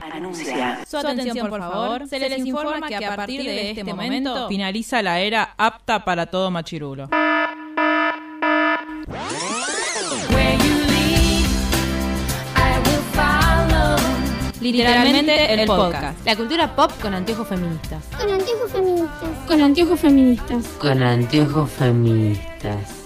Anuncia. Su atención, por favor. Se les informa que a partir de este momento finaliza la era apta para todo machirulo. Literalmente el podcast. La cultura pop con anteojos feministas. Con anteojos feministas. Con anteojos feministas. Con anteojos feministas.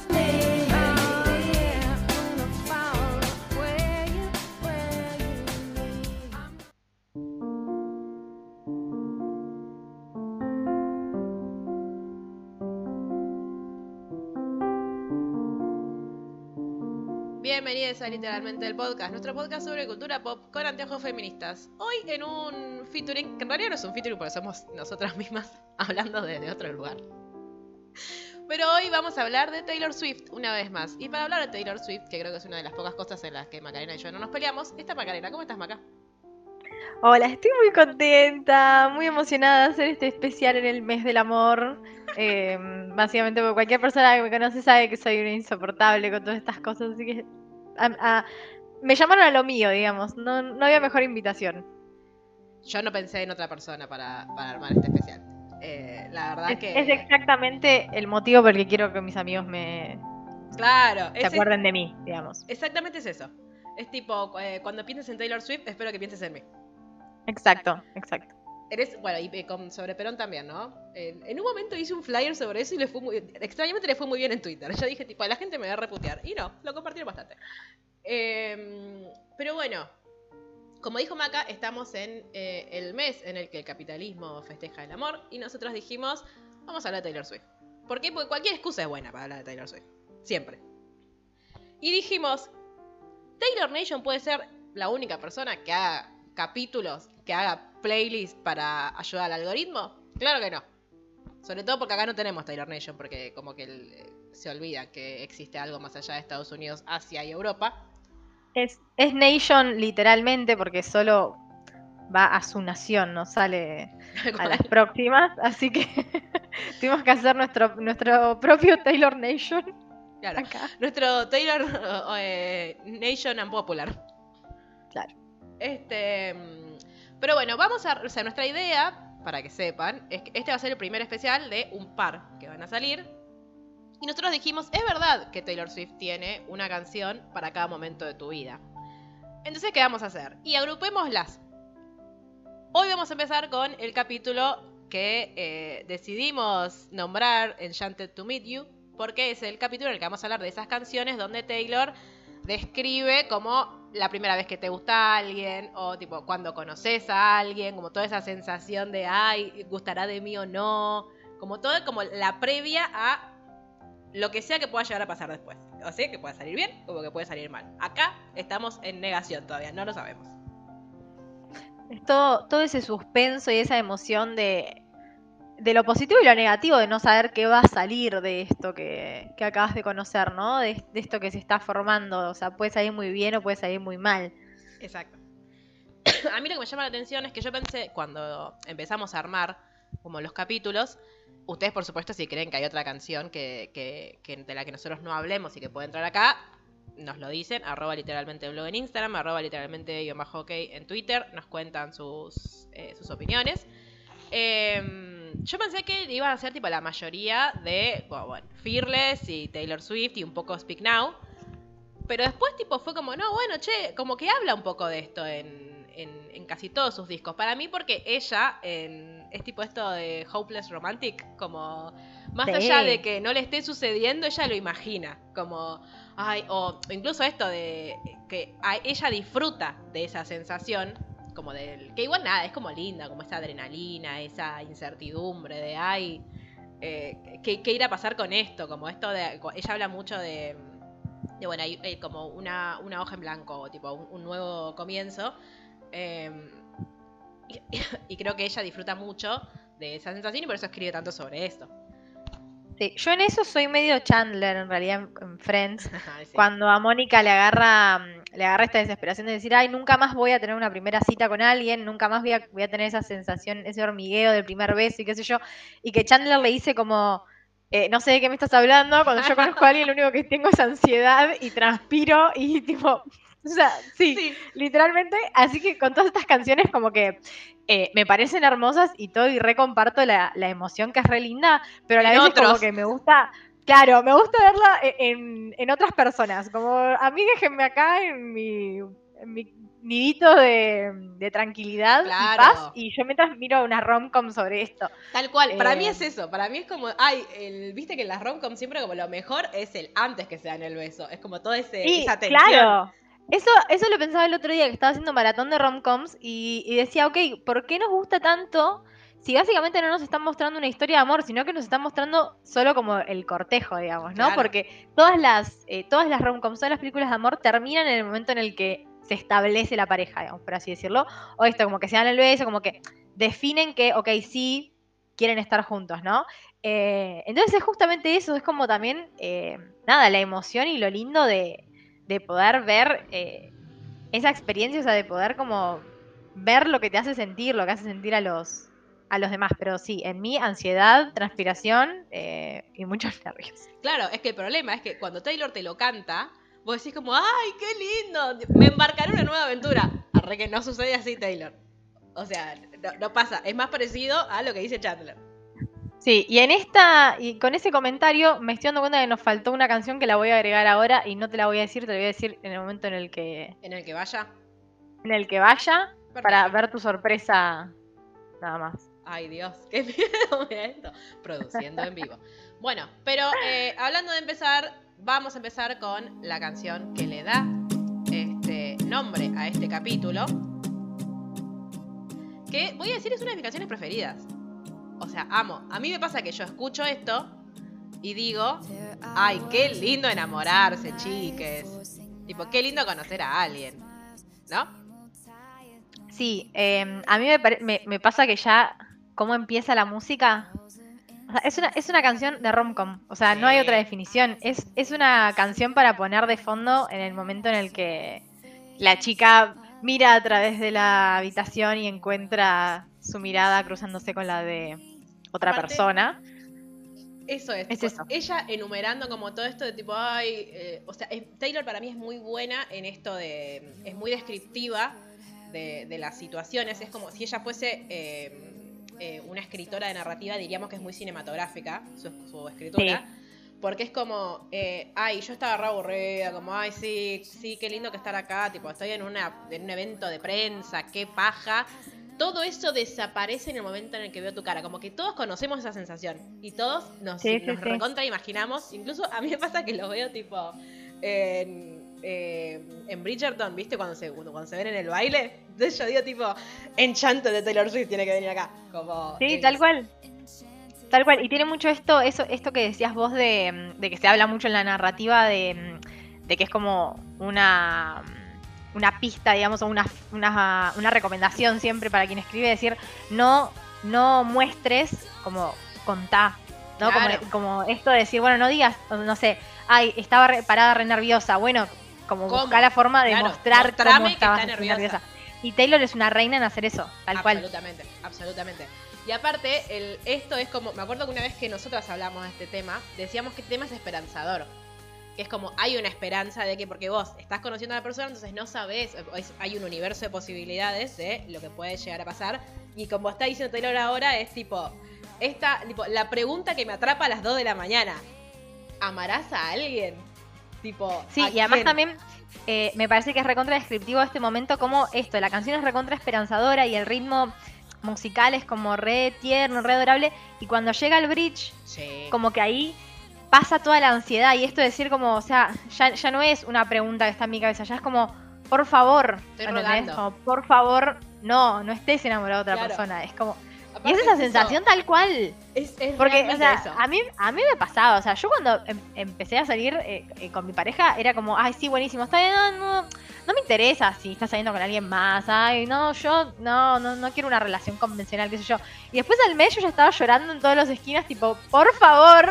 Bienvenidos a Literalmente el Podcast, nuestro podcast sobre cultura pop con anteojos feministas. Hoy en un featuring, que en realidad no es un featuring porque somos nosotras mismas hablando de otro lugar. Pero hoy vamos a hablar de Taylor Swift una vez más. Y para hablar de Taylor Swift, que creo que es una de las pocas cosas en las que Macarena y yo no nos peleamos, está Macarena. ¿Cómo estás, Maca? Hola, estoy muy contenta, muy emocionada de hacer este especial en el mes del amor. Básicamente porque cualquier persona que me conoce sabe que soy una insoportable con todas estas cosas, así que me llamaron a lo mío, digamos, no había mejor invitación. Yo no pensé en otra persona para armar este especial. La verdad es que... Es exactamente el motivo por el que quiero que mis amigos se acuerden de mí, digamos. Exactamente es eso. Es tipo, cuando pienses en Taylor Swift, espero que pienses en mí. Exacto. Bueno, y sobre Perón también, ¿no? En un momento hice un flyer sobre eso y extrañamente le fue muy bien en Twitter. Yo dije, tipo, la gente me va a reputear. Y no, lo compartieron bastante. Pero bueno, como dijo Maca, estamos en el mes en el que el capitalismo festeja el amor. Y nosotros dijimos, vamos a hablar de Taylor Swift. ¿Por qué? Porque cualquier excusa es buena para hablar de Taylor Swift. Siempre. Y dijimos, Taylor Nation puede ser la única persona que haga capítulos, que haga playlists para ayudar al algoritmo. Claro que no. Sobre todo porque acá no tenemos Taylor Nation, porque como que se olvida que existe algo más allá de Estados Unidos, Asia y Europa. Es Nation literalmente porque solo va a su nación, no sale a las próximas, así que tuvimos que hacer nuestro propio Taylor Nation. Claro, acá. Nuestro Taylor Nation Unpopular. Claro. Pero bueno, o sea, nuestra idea, para que sepan, es que este va a ser el primer especial de un par que van a salir. Y nosotros dijimos, es verdad que Taylor Swift tiene una canción para cada momento de tu vida. Entonces, ¿qué vamos a hacer? Y agrupémoslas. Hoy vamos a empezar con el capítulo que decidimos nombrar Enchanted to Meet You, porque es el capítulo en el que vamos a hablar de esas canciones donde Taylor describe como la primera vez que te gusta alguien, o tipo cuando conoces a alguien, como toda esa sensación de ay, gustará de mí o no, como todo como la previa a lo que sea que pueda llegar a pasar después. O sea, que pueda salir bien o que puede salir mal. Acá estamos en negación todavía, no lo sabemos. Es todo ese suspenso y esa emoción de lo positivo y lo negativo de no saber qué va a salir de esto que acabas de conocer, ¿no? De esto que se está formando. O sea, puede salir muy bien o puede salir muy mal. Exacto. A mí lo que me llama la atención es que yo pensé, cuando empezamos a armar como los capítulos, ustedes por supuesto si creen que hay otra canción que de la que nosotros no hablemos y que puede entrar acá, nos lo dicen, @literalmente blog en Instagram, @literalmente_ok en Twitter, nos cuentan sus opiniones. Yo pensé que iban a ser tipo la mayoría de Fearless y Taylor Swift y un poco Speak Now. Pero después tipo fue como, no, bueno, como que habla un poco de esto en casi todos sus discos. Para mí porque ella es tipo esto de Hopeless Romantic, como más allá de que no le esté sucediendo, ella lo imagina. Como, ay, o incluso esto de que ella disfruta de esa sensación. Como que igual nada, es como linda, como esa adrenalina, esa incertidumbre de ay, ¿qué irá a pasar con esto? Como esto de, ella habla mucho de bueno, hay como una hoja en blanco, tipo un nuevo comienzo, y creo que ella disfruta mucho de esa sensación y por eso escribe tanto sobre esto. Sí, yo en eso soy medio Chandler, en realidad, en Friends, Sí. Cuando a Mónica le agarra esta desesperación de decir, ay, nunca más voy a tener una primera cita con alguien, nunca más voy a tener esa sensación, ese hormigueo del primer beso y qué sé yo, y que Chandler le dice como, no sé de qué me estás hablando, cuando yo conozco a alguien lo único que tengo es ansiedad y transpiro y tipo, O sea, sí, literalmente. Así que con todas estas canciones como que me parecen hermosas y todo, y re comparto la emoción que es re linda, pero a la vez es como que me gusta, claro, me gusta verla en otras personas. Como a mí déjenme acá en mi nidito de tranquilidad y paz, y yo mientras miro una rom-com sobre esto. Tal cual, para mí es eso, para mí es como, viste que en las rom-com siempre como lo mejor es el antes que se dan el beso, es como toda esa tensión. Claro, eso lo pensaba el otro día que estaba haciendo maratón de rom-coms y decía, ok, ¿por qué nos gusta tanto si básicamente no nos están mostrando una historia de amor, sino que nos están mostrando solo como el cortejo, digamos, ¿no? Claro. Porque todas las rom-coms, todas las películas de amor terminan en el momento en el que se establece la pareja, digamos, por así decirlo. O esto, como que se dan el beso, como que definen que, ok, sí, quieren estar juntos, ¿no? Entonces es justamente eso, es como también, nada, la emoción y lo lindo de poder ver esa experiencia, o sea, de poder como ver lo que te hace sentir, lo que hace sentir a los demás. Pero sí, en mí, ansiedad, transpiración y muchos nervios. Claro, es que el problema es que cuando Taylor te lo canta, vos decís como, ¡ay, qué lindo! Me embarcaré en una nueva aventura. Arre que no sucede así, Taylor. O sea, no pasa. Es más parecido a lo que dice Chandler. Sí, y con ese comentario me estoy dando cuenta que nos faltó una canción que la voy a agregar ahora y no te la voy a decir, te la voy a decir en el momento en el que... ¿En el que vaya? En el que vaya, perfecto. Para ver tu sorpresa nada más. Ay, Dios, qué miedo me da esto. Produciendo en vivo. Bueno, pero hablando de empezar, vamos a empezar con la canción que le da nombre a este capítulo. Que, voy a decir, es una de mis canciones preferidas. O sea, amo. A mí me pasa que yo escucho esto y digo, ay, qué lindo enamorarse, chiques. Tipo, qué lindo conocer a alguien, ¿no? Sí, a mí me pasa que ya, cómo empieza la música, o sea, es una canción de rom-com, o sea, sí. No hay otra definición. Es una canción para poner de fondo en el momento en el que la chica mira a través de la habitación y encuentra su mirada cruzándose con la de otra persona. Eso es eso. Ella enumerando como todo esto de tipo, o sea, Taylor para mí es muy buena en esto es muy descriptiva de las situaciones. Es como si ella fuese una escritora de narrativa, diríamos que es muy cinematográfica su escritura. Sí. Porque es como, yo estaba re aburrida, como, sí, qué lindo que estar acá, tipo, estoy en un evento de prensa, qué paja. Todo eso desaparece en el momento en el que veo tu cara, como que todos conocemos esa sensación y todos nos recontra imaginamos. Incluso a mí me pasa que lo veo tipo en Bridgerton, ¿viste? Cuando se ven en el baile. Entonces yo digo tipo, Enchanted de Taylor Swift tiene que venir acá. Como, sí, tal cual. Tal cual, y tiene mucho esto que decías vos de que se habla mucho en la narrativa de que es como una pista, digamos, o una recomendación siempre para quien escribe, decir, no muestres, como contá, ¿no? Claro. Como esto de decir, bueno, no digas, no sé, estaba parada re nerviosa, bueno, como buscar la forma de mostrar cómo estabas nerviosa. Y Taylor es una reina en hacer eso, tal cual. Absolutamente. Y aparte, esto es como, me acuerdo que una vez que nosotras hablamos de este tema, decíamos que este tema es esperanzador. Que es como, hay una esperanza de que, porque vos estás conociendo a la persona, entonces no sabés, hay un universo de posibilidades de lo que puede llegar a pasar. Y como está diciendo Taylor ahora, es tipo, la pregunta que me atrapa a las 2 de la mañana. ¿Amarás a alguien? Tipo, sí, y además también me parece que es recontra descriptivo de este momento, como la canción es recontra esperanzadora y el ritmo musical es como re tierno, re adorable, y cuando llega el bridge, sí, como que ahí pasa toda la ansiedad, y esto de decir como, o sea, ya no es una pregunta que está en mi cabeza, ya es como, por favor, como, por favor, no estés enamorado de otra persona, es como, aparte, y es esa sensación tal cual. Es porque, o sea, eso. A mí me pasaba, o sea, yo cuando empecé a salir con mi pareja, era como, sí, buenísimo, está bien, no me interesa si estás saliendo con alguien más, yo no quiero una relación convencional, qué sé yo. Y después al mes yo ya estaba llorando en todas las esquinas, tipo, por favor,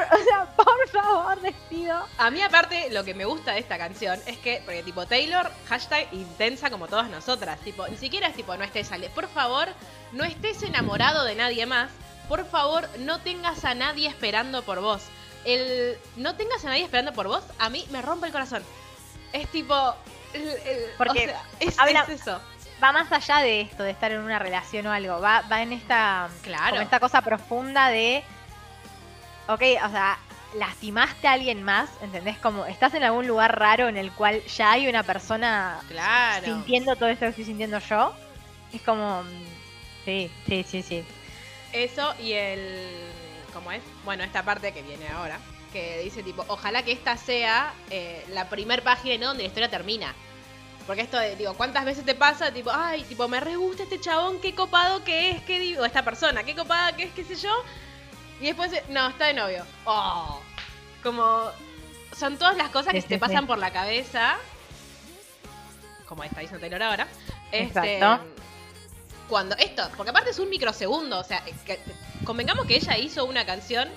despido. A mí aparte, lo que me gusta de esta canción es que, porque tipo, Taylor, #intensa como todas nosotras, tipo, ni siquiera es tipo, no estés por favor, no estés enamorado de nadie más. Por favor, no tengas a nadie esperando por vos. No tengas a nadie esperando por vos, a mí me rompe el corazón. Es tipo, Porque o sea, es eso. Va más allá de esto, de estar en una relación o algo. Va en esta, Claro. como esta cosa profunda de, ok, o sea, lastimaste a alguien más, ¿entendés? Como estás en algún lugar raro en el cual ya hay una persona Claro. sintiendo todo esto que estoy sintiendo yo. Es como, sí. Eso y ¿cómo es? Bueno, esta parte que viene ahora, que dice tipo, ojalá que esta sea la primer página, ¿no? Donde la historia termina. Porque esto de, digo, ¿cuántas veces te pasa? Tipo, ay, tipo, me re gusta este chabón, qué copado que es, qué digo, esta persona, qué copada que es, qué sé yo. Y después, no, está de novio. Oh. Como, son todas las cosas que se te pasan por la cabeza. Como está diciendo Taylor ahora. Exacto. Cuando esto, porque aparte es un microsegundo, o sea, convengamos que ella hizo una canción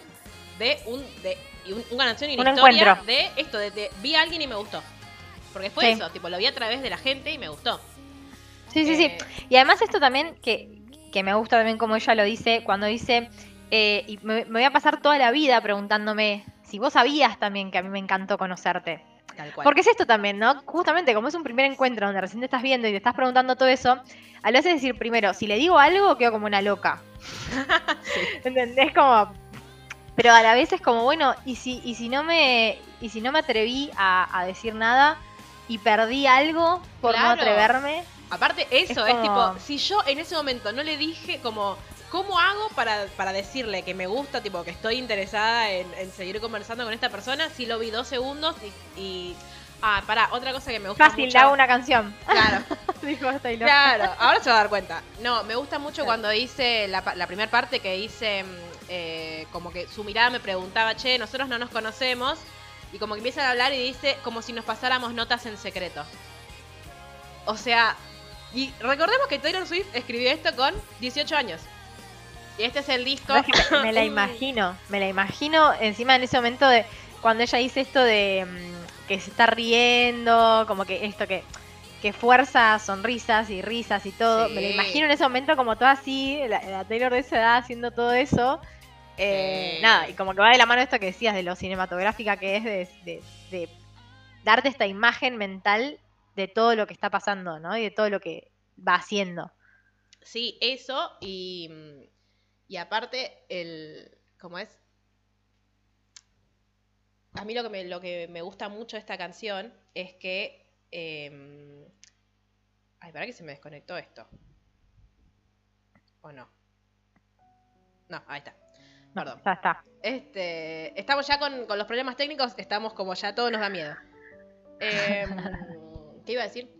una canción y una Un historia encuentro. de esto, de vi a alguien y me gustó. Porque fue Sí. eso, tipo, lo vi a través de la gente y me gustó. Sí. Y además esto también, que me gusta también como ella lo dice, cuando dice, y me voy a pasar toda la vida preguntándome si vos sabías también que a mí me encantó conocerte. Tal cual. Porque es esto también, ¿no? Justamente como es un primer encuentro donde recién te estás viendo y te estás preguntando todo eso, a lo haces decir primero, si le digo algo, quedo como una loca. ¿Entendés? Como... Pero a la vez es como, bueno, y si no me atreví a decir nada y perdí algo por no Claro. atreverme. Aparte, eso Es es, como- tipo, si yo en ese momento no le dije como, ¿cómo hago para decirle que me gusta, tipo, que estoy interesada en seguir conversando con esta persona? Si lo vi 2 segundos y pará, otra cosa que me gusta Fácil, mucho. le hago una canción. Claro, Dijo Taylor. claro, ahora se va a dar cuenta. No, me gusta mucho cuando dice la primera parte que dice como que su mirada me preguntaba, che, nosotros no nos conocemos. Y como que empiezan a hablar y dice como si nos pasáramos notas en secreto. O sea, y recordemos que Taylor Swift escribió esto con 18 años. Y este es el disco. Es que me la imagino encima en ese momento de cuando ella dice esto de que se está riendo, como que esto que fuerza sonrisas y risas y todo. Sí. Me la imagino en ese momento como toda así, la Taylor de esa edad haciendo todo eso. Sí. Nada, y como que va de la mano esto que decías de lo cinematográfica que es de darte esta imagen mental de todo lo que está pasando, ¿no? Y de todo lo que va haciendo. Sí, eso y aparte ¿cómo es? A mí lo que me gusta mucho de esta canción es que ay, para que se me desconectó esto. ¿O no? No, ahí está. Perdón. Ya está. Estamos ya con los problemas técnicos, estamos como ya todo nos da miedo. ¿Qué iba a decir?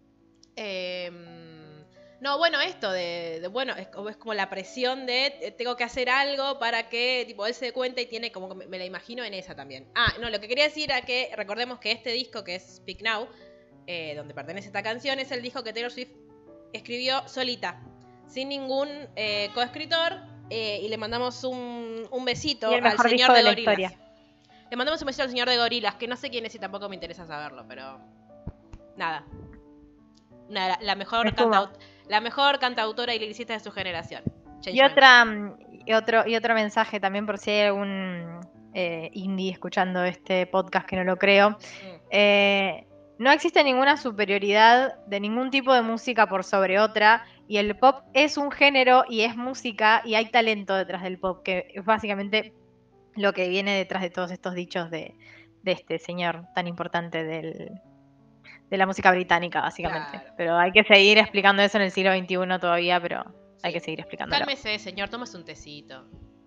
No, bueno, esto bueno, es como la presión de tengo que hacer algo para que tipo él se dé cuenta y tiene como que me la imagino en esa también. No, lo que quería decir era que recordemos que este disco que es Speak Now, donde pertenece esta canción, es el disco que Taylor Swift escribió solita, sin ningún coescritor, y le mandamos un besito Y el al mejor señor disco de de la Gorillaz. historia. Le mandamos un besito al señor de Gorillaz, que no sé quién es y tampoco me interesa saberlo, pero nada. La mejor cantautora y liricista de su generación. Y otro mensaje también por si hay algún indie escuchando este podcast que no lo creo. No existe ninguna superioridad de ningún tipo de música por sobre otra, y el pop es un género y es música y hay talento detrás del pop, que es básicamente lo que viene detrás de todos estos dichos de este señor tan importante de la música británica, básicamente. Claro. Pero hay que seguir explicando eso en el siglo XXI todavía, pero hay que seguir explicándolo. Cálmese, señor, tómese un tecito.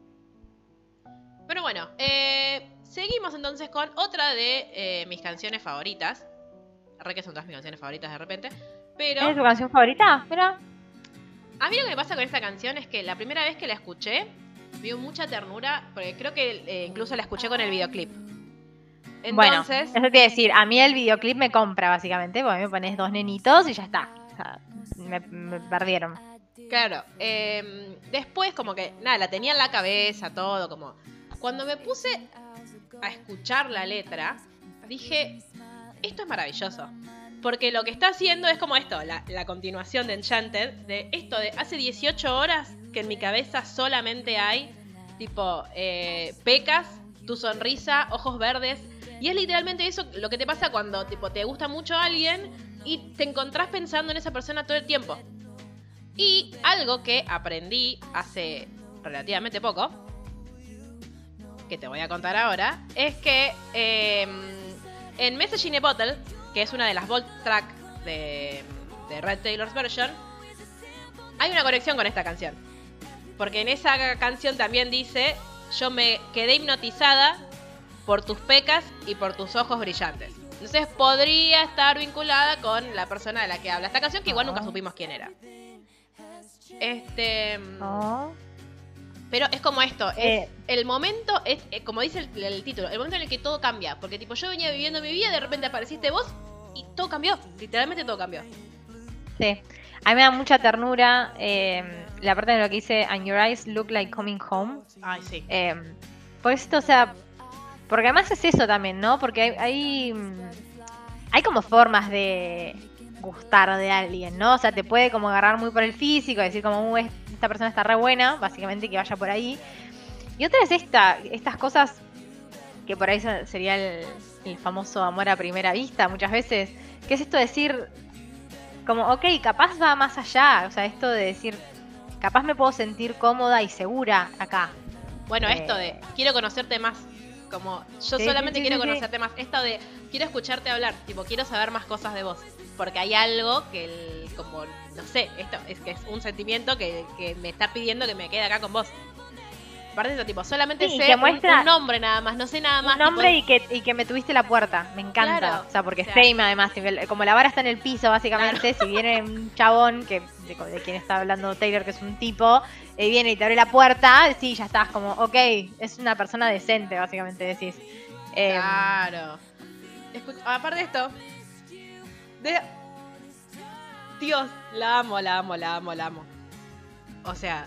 Pero bueno, seguimos entonces con otra de mis canciones favoritas. Re que son todas mis canciones favoritas de repente. Pero ¿Es tu canción favorita? Mira. a mí lo que me pasa con esta canción es que la primera vez que la escuché, me dio mucha ternura, porque creo que incluso la escuché con el videoclip. Entonces, Bueno, eso quiere decir, a mí el videoclip me compra, básicamente, porque me pones dos nenitos y ya está. O sea, me perdieron. claro, después como que, nada, la tenía en la cabeza, todo, como... Cuando me puse a escuchar la letra, dije, esto es maravilloso. Porque lo que está haciendo es como esto, la continuación de Enchanted, de esto de hace 18 horas que en mi cabeza solamente hay, tipo, pecas, tu sonrisa, ojos verdes, Y es literalmente eso lo que te pasa cuando tipo, te gusta mucho alguien y te encontrás pensando en esa persona todo el tiempo. Y algo que aprendí hace relativamente poco, que te voy a contar ahora, es que en Message in a Bottle, que es una de las Vault Track de Red Taylor's Version, hay una conexión con esta canción. Porque en esa canción también dice: yo me quedé hipnotizada por tus pecas y por tus ojos brillantes. Entonces podría estar vinculada con la persona de la que habla esta canción, que igual nunca supimos quién era. Pero es como esto, es el momento, es como dice el título, el momento en el que todo cambia. Porque tipo, yo venía viviendo mi vida, de repente apareciste vos y todo cambió, literalmente todo cambió. Sí, a mí me da mucha ternura la parte de lo que dice: and your eyes look like coming home. Ay, sí. Pues esto, o sea, porque además es eso también, ¿no? Porque hay como formas de gustar de alguien, ¿no? O sea, te puede como agarrar muy por el físico, decir como: esta persona está re buena, básicamente, que vaya por ahí. Y otra es estas cosas que por ahí sería el famoso amor a primera vista muchas veces, que es esto de decir como, ok, capaz va más allá, o sea, esto de decir, capaz me puedo sentir cómoda y segura acá. Bueno, esto de quiero conocerte más, como yo solamente quiero conocerte más, esto de quiero escucharte hablar, tipo quiero saber más cosas de vos, porque hay algo que como, no sé, esto es que es un sentimiento que me está pidiendo que me quede acá con vos. Aparte de eso, tipo, solamente sé un nombre nada más, no sé nada más. Un nombre tipo, y que me tuviste la puerta, me encanta. Claro, o sea, porque fame además, como la vara está en el piso básicamente, si viene un chabón de quien está hablando Taylor, que es un tipo, viene y te abre la puerta, sí, ya estás como, ok, es una persona decente, básicamente decís. Claro. Aparte de esto, Dios, la amo. O sea...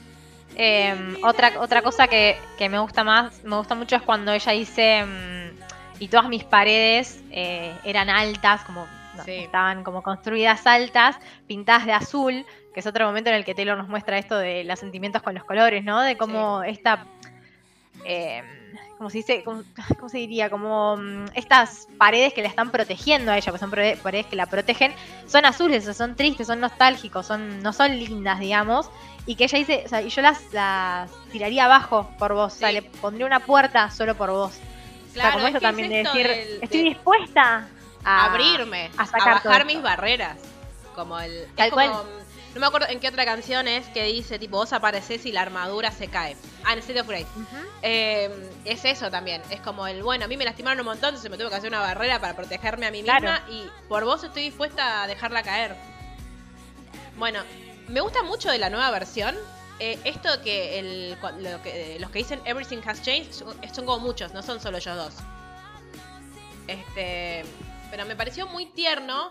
otra cosa que me gusta mucho es cuando ella dice y todas mis paredes eran altas, como estaban como construidas altas, pintadas de azul, que es otro momento en el que Taylor nos muestra esto de los sentimientos con los colores, ¿no? De cómo esta ¿cómo se dice? ¿Cómo se diría? Como estas paredes que la están protegiendo a ella, pues son paredes que la protegen, son azules, o son tristes, son nostálgicos, no son lindas, digamos. Y que ella dice, o sea, y yo las tiraría abajo por vos, o sea, le pondría una puerta solo por vos. Claro, o sea, como eso también de decir, estoy dispuesta a abrirme, a bajar mis barreras. Como Tal cual. No me acuerdo en qué otra canción es que dice, tipo, vos aparecés y la armadura se cae. En State of Grace. Es eso también. Es como bueno, a mí me lastimaron un montón, entonces me tuve que hacer una barrera para protegerme a mí misma. Y por vos estoy dispuesta a dejarla caer. Bueno, me gusta mucho de la nueva versión. Esto que los que dicen Everything Has Changed son como muchos, no son solo ellos dos. Pero me pareció muy tierno.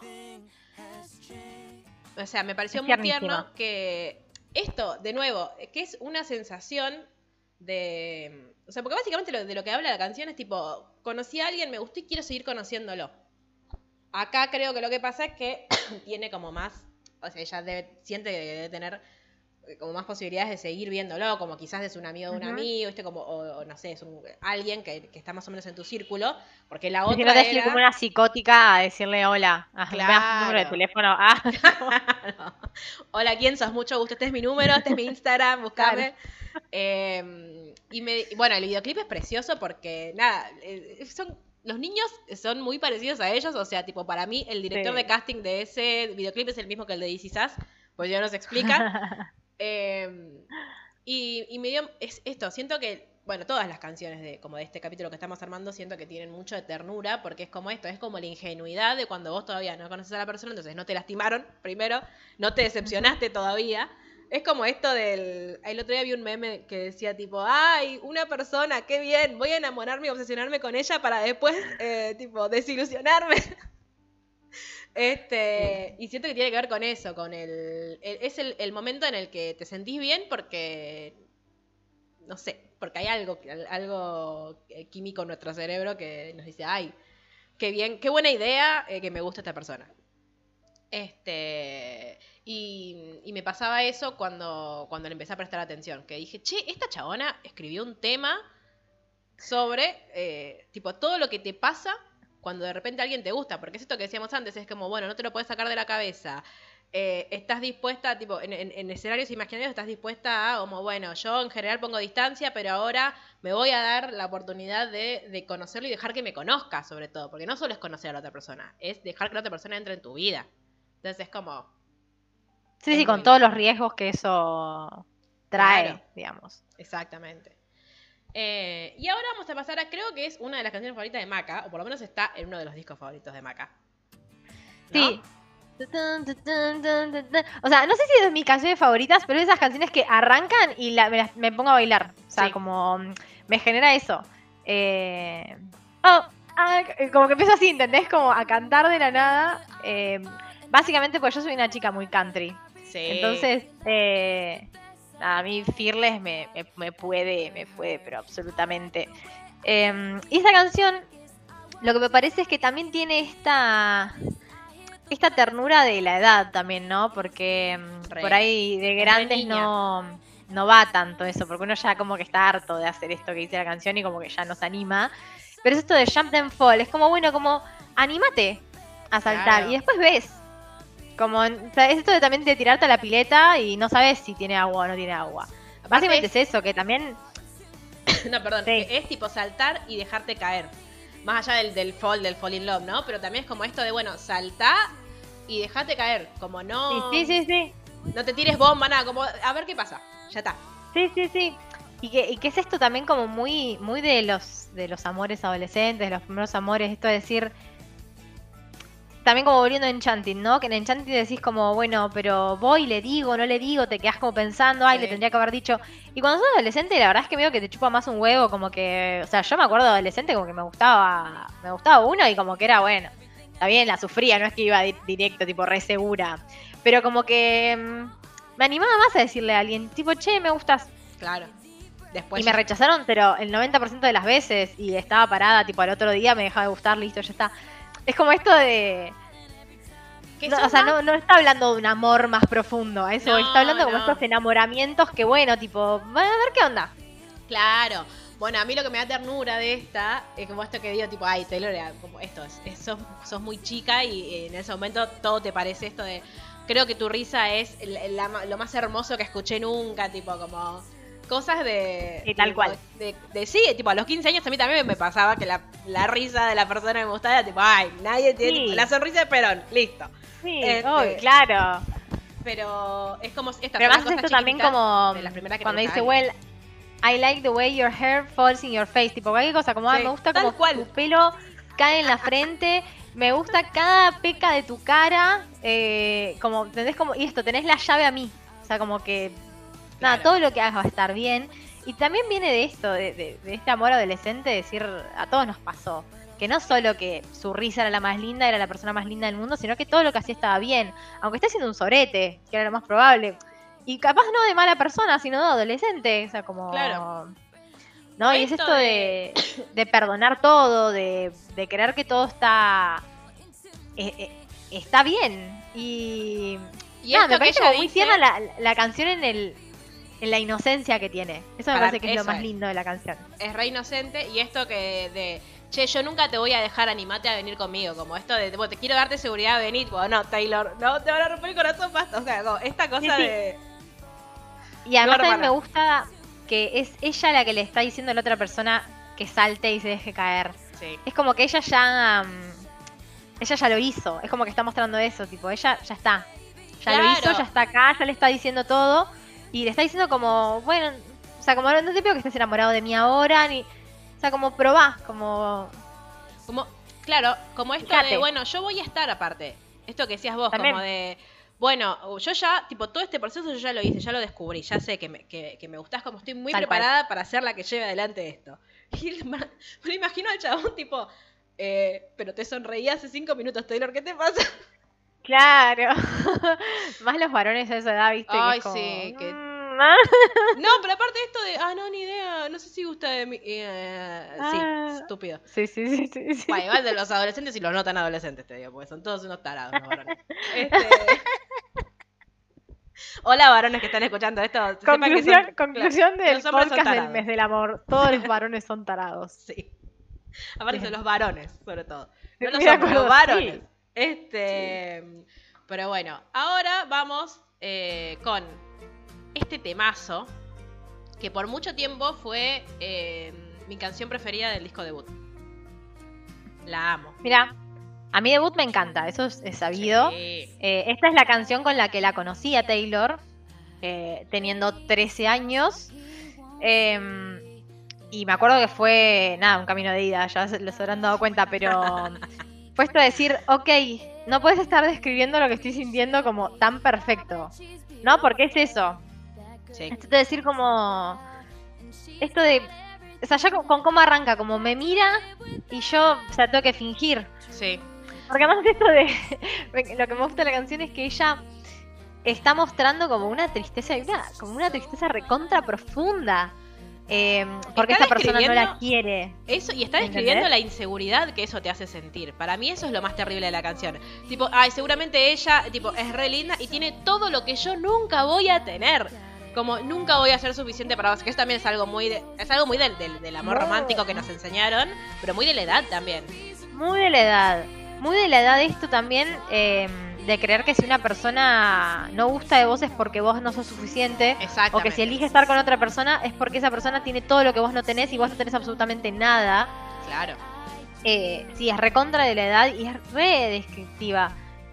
O sea, me pareció muy tierno que esto, de nuevo, que es una sensación de... O sea, porque básicamente de lo que habla la canción es tipo, conocí a alguien, me gustó y quiero seguir conociéndolo. Acá creo que lo que pasa es que tiene como más... O sea, ella siente que debe tener como más posibilidades de seguir viéndolo, como quizás es un amigo de un amigo, o no sé, es alguien que está más o menos en tu círculo, porque la otra no te como una psicótica a decirle hola, claro. ¿me das un número de teléfono? Claro. Hola, ¿quién sos? Mucho gusto, este es mi número, este es mi Instagram, buscame. Claro. Bueno, el videoclip es precioso porque, nada, los niños son muy parecidos a ellos, o sea, tipo, para mí el director de casting de ese videoclip es el mismo que el de This Is Us, pues ya nos explica. Y me dio esto, siento que, bueno, todas las canciones de este capítulo que estamos armando, siento que tienen mucho de ternura, porque es como esto, es como la ingenuidad de cuando vos todavía no conoces a la persona, entonces no te lastimaron primero, no te decepcionaste todavía. Es como esto el otro día vi un meme que decía tipo, ay, una persona, qué bien, voy a enamorarme y obsesionarme con ella para después, tipo, desilusionarme. Y siento que tiene que ver con eso, con es el momento en el que te sentís bien porque, no sé, porque hay algo químico en nuestro cerebro que nos dice, ay, qué bien, qué buena idea que me gusta esta persona. Y me pasaba eso cuando le empecé a prestar atención, que dije, che, esta chabona escribió un tema sobre, tipo, todo lo que te pasa cuando de repente alguien te gusta. Porque es esto que decíamos antes, es como, bueno, no te lo puedes sacar de la cabeza. Estás dispuesta, tipo, en escenarios imaginarios estás dispuesta a, como, bueno, yo en general pongo distancia, pero ahora me voy a dar la oportunidad de conocerlo y dejar que me conozca, sobre todo. Porque no solo es conocer a la otra persona, es dejar que la otra persona entre en tu vida. Entonces es como... Sí, es sí, con muy todos lindo. los riesgos que eso trae, Claro. digamos. Exactamente. Y ahora vamos a pasar a, creo que es una de las canciones favoritas de Maca, o por lo menos está en uno de los discos favoritos de Maca. ¿No? Sí. O sea, no sé si es de mis canciones favoritas, pero es esas canciones que arrancan y me pongo a bailar. O sea, Sí. como me genera eso. Como que empiezo así, ¿entendés? Como a cantar de la nada. Básicamente porque yo soy una chica muy country. Sí. Entonces, a mí Fearless me puede, pero absolutamente. Y esa canción, lo que me parece es que también tiene esta ternura de la edad también, ¿no? Porque por ahí de grandes niña. no va tanto eso, porque uno ya como que está harto de hacer esto que dice la canción y como que ya nos anima. Pero es esto de Jump and Fall, es como, bueno, como anímate a saltar Claro. y después ves. Como, o sea, es esto de también de tirarte a la pileta y no sabes si tiene agua o no tiene agua. Básicamente es eso, que también... No, perdón, Sí. que es tipo saltar y dejarte caer. Más allá del fall in love, ¿no? Pero también es como esto de, bueno, saltá y dejate caer. Como no... Sí. No te tires bomba, nada, como a ver qué pasa. Ya está. Sí. Y que es esto también como muy de los amores adolescentes, de los primeros amores, esto de decir... También como volviendo a Enchanting, ¿no? Que en Enchanting decís como, bueno, pero voy, le digo, no le digo, te quedás como pensando, ay, Sí. le tendría que haber dicho. Y cuando sos adolescente, la verdad es que veo que te chupa más un huevo, como que, o sea, yo me acuerdo de adolescente como que me gustaba uno y como que era, bueno, está bien, la sufría, no es que iba directo, tipo, re segura. Pero como que me animaba más a decirle a alguien, tipo, che, me gustas. Claro. Después Y me rechazaron, pero el 90% de las veces, y estaba parada, tipo, al otro día me dejaba de gustar, listo, ya está. Es como esto de... que No, sos o sea, más- no está hablando de un amor más profundo, a eso No, está hablando como no. estos enamoramientos que, bueno, tipo, a ver qué onda. Claro. Bueno, a mí lo que me da ternura de esta es como esto que digo, tipo, ay, Taylor era como esto, sos muy chica y en ese momento todo te parece esto de, creo que tu risa es lo más hermoso que escuché nunca, tipo, como cosas de... Sí, tal tipo, cual. Sí, tipo, a los 15 años a mí también me pasaba que la risa de la persona que me gustaba era tipo, ay, nadie tiene, Sí. tipo, la sonrisa de Perón, listo. Sí, Este, claro. Pero es como esta Pero son además las esto cosas también chiquititas como de las primeras que me cuando dice, gustaban. well, I like the way your hair falls in your face, tipo, cualquier cosa, como, Sí, me gusta tal como cual. tu pelo cae en la frente, me gusta cada peca de tu cara, como, ¿entendés? Como, y esto, tenés la llave a mí, o sea, como que, nada, Claro. todo lo que hagas va a estar bien. Y también viene de esto, de este amor adolescente, decir, a todos nos pasó, que no solo que su risa era la más linda, era la persona más linda del mundo, sino que todo lo que hacía estaba bien, aunque esté siendo un sorete, que era lo más probable. Y capaz no de mala persona, sino de adolescente, o sea, como... Claro. ¿No? Y es Esto esto de perdonar todo, de creer que todo está bien. Y nada, esto me que parece ella como muy dice- tierna la canción en la inocencia que tiene. Eso me Para- parece que es lo eso más es. lindo de la canción. Es re inocente y esto que de, che, yo nunca te voy a dejar, animate a venir conmigo, como esto de, bueno, te quiero darte seguridad, venir, bueno, no, Taylor, no, te van a romper el corazón, basta, o sea, como esta cosa Sí, sí. de... Y además No, también me hermana. gusta que es ella la que le está diciendo a la otra persona que salte y se deje caer. Sí, Es como que ella ya lo hizo. Es como que está mostrando eso, tipo, ella ya está. Ya lo Claro. hizo, ya está acá, ya le está diciendo todo. Y le está diciendo como, bueno, o sea, como no te pido que estés enamorado de mí ahora, ni. O sea, como probá, como. como, claro, como esto Fíjate. de, bueno, yo voy a estar aparte, esto que decías vos, También. como de... Bueno, yo ya, tipo, todo este proceso yo ya lo hice, ya lo descubrí, ya sé que me gustás, como estoy muy Tal cual. preparada para ser la que lleve adelante esto. Y me lo imagino al chabón, tipo, pero te sonreí hace 5 minutos, Taylor, ¿qué te pasa? Claro. Más los varones de esa edad, viste, Ay, que es como. sí, que- Ah. No, pero aparte de esto de, no, ni idea, no sé si gusta de mí. Sí, estúpido. Sí. Bueno, igual de los adolescentes y los no tan adolescentes, te digo, porque son todos unos tarados los varones. Hola, varones que están escuchando esto. sepan que son- Conclusión claro, del los hombres son podcast del tarados. mes del amor. Todos los varones son tarados. Sí. Aparte son los varones, sobre todo. No los Muy de hombres, los acuerdo, varones. sí. Pero bueno, ahora vamos con este temazo que por mucho tiempo fue mi canción preferida del disco debut. La amo. Mira, a mí Debut me encanta, eso es sabido. Sí. Esta es la canción con la que la conocí a Taylor, teniendo 13 años. Y me acuerdo que fue, nada, un camino de ida, ya les habrán dado cuenta, pero fue esto de decir, ok, no puedes estar describiendo lo que estoy sintiendo como tan perfecto, ¿no? Porque es eso. Sí. Esto de decir como, esto de, o sea, ya con cómo arranca, como me mira y yo, o sea, tengo que fingir. Sí. Porque además esto de, lo que me gusta de la canción es que ella está mostrando como una tristeza, como una tristeza recontra profunda. Porque Está esa persona no la describiendo quiere. Eso, y está ¿Entendés? describiendo la inseguridad que eso te hace sentir. Para mí eso es lo más terrible de la canción. Tipo, ay, seguramente ella, tipo, es re linda y tiene todo lo que yo nunca voy a tener. Como nunca voy a ser suficiente para vos. Que eso también es algo muy del amor romántico que nos enseñaron, pero muy de la edad también. Muy de la edad. Muy de la edad esto también, de creer que si una persona no gusta de vos es porque vos no sos suficiente. Exactamente. O que si elige estar con otra persona es porque esa persona tiene todo lo que vos no tenés y vos no tenés absolutamente nada. Claro. Sí, es recontra de la edad y es re descriptiva.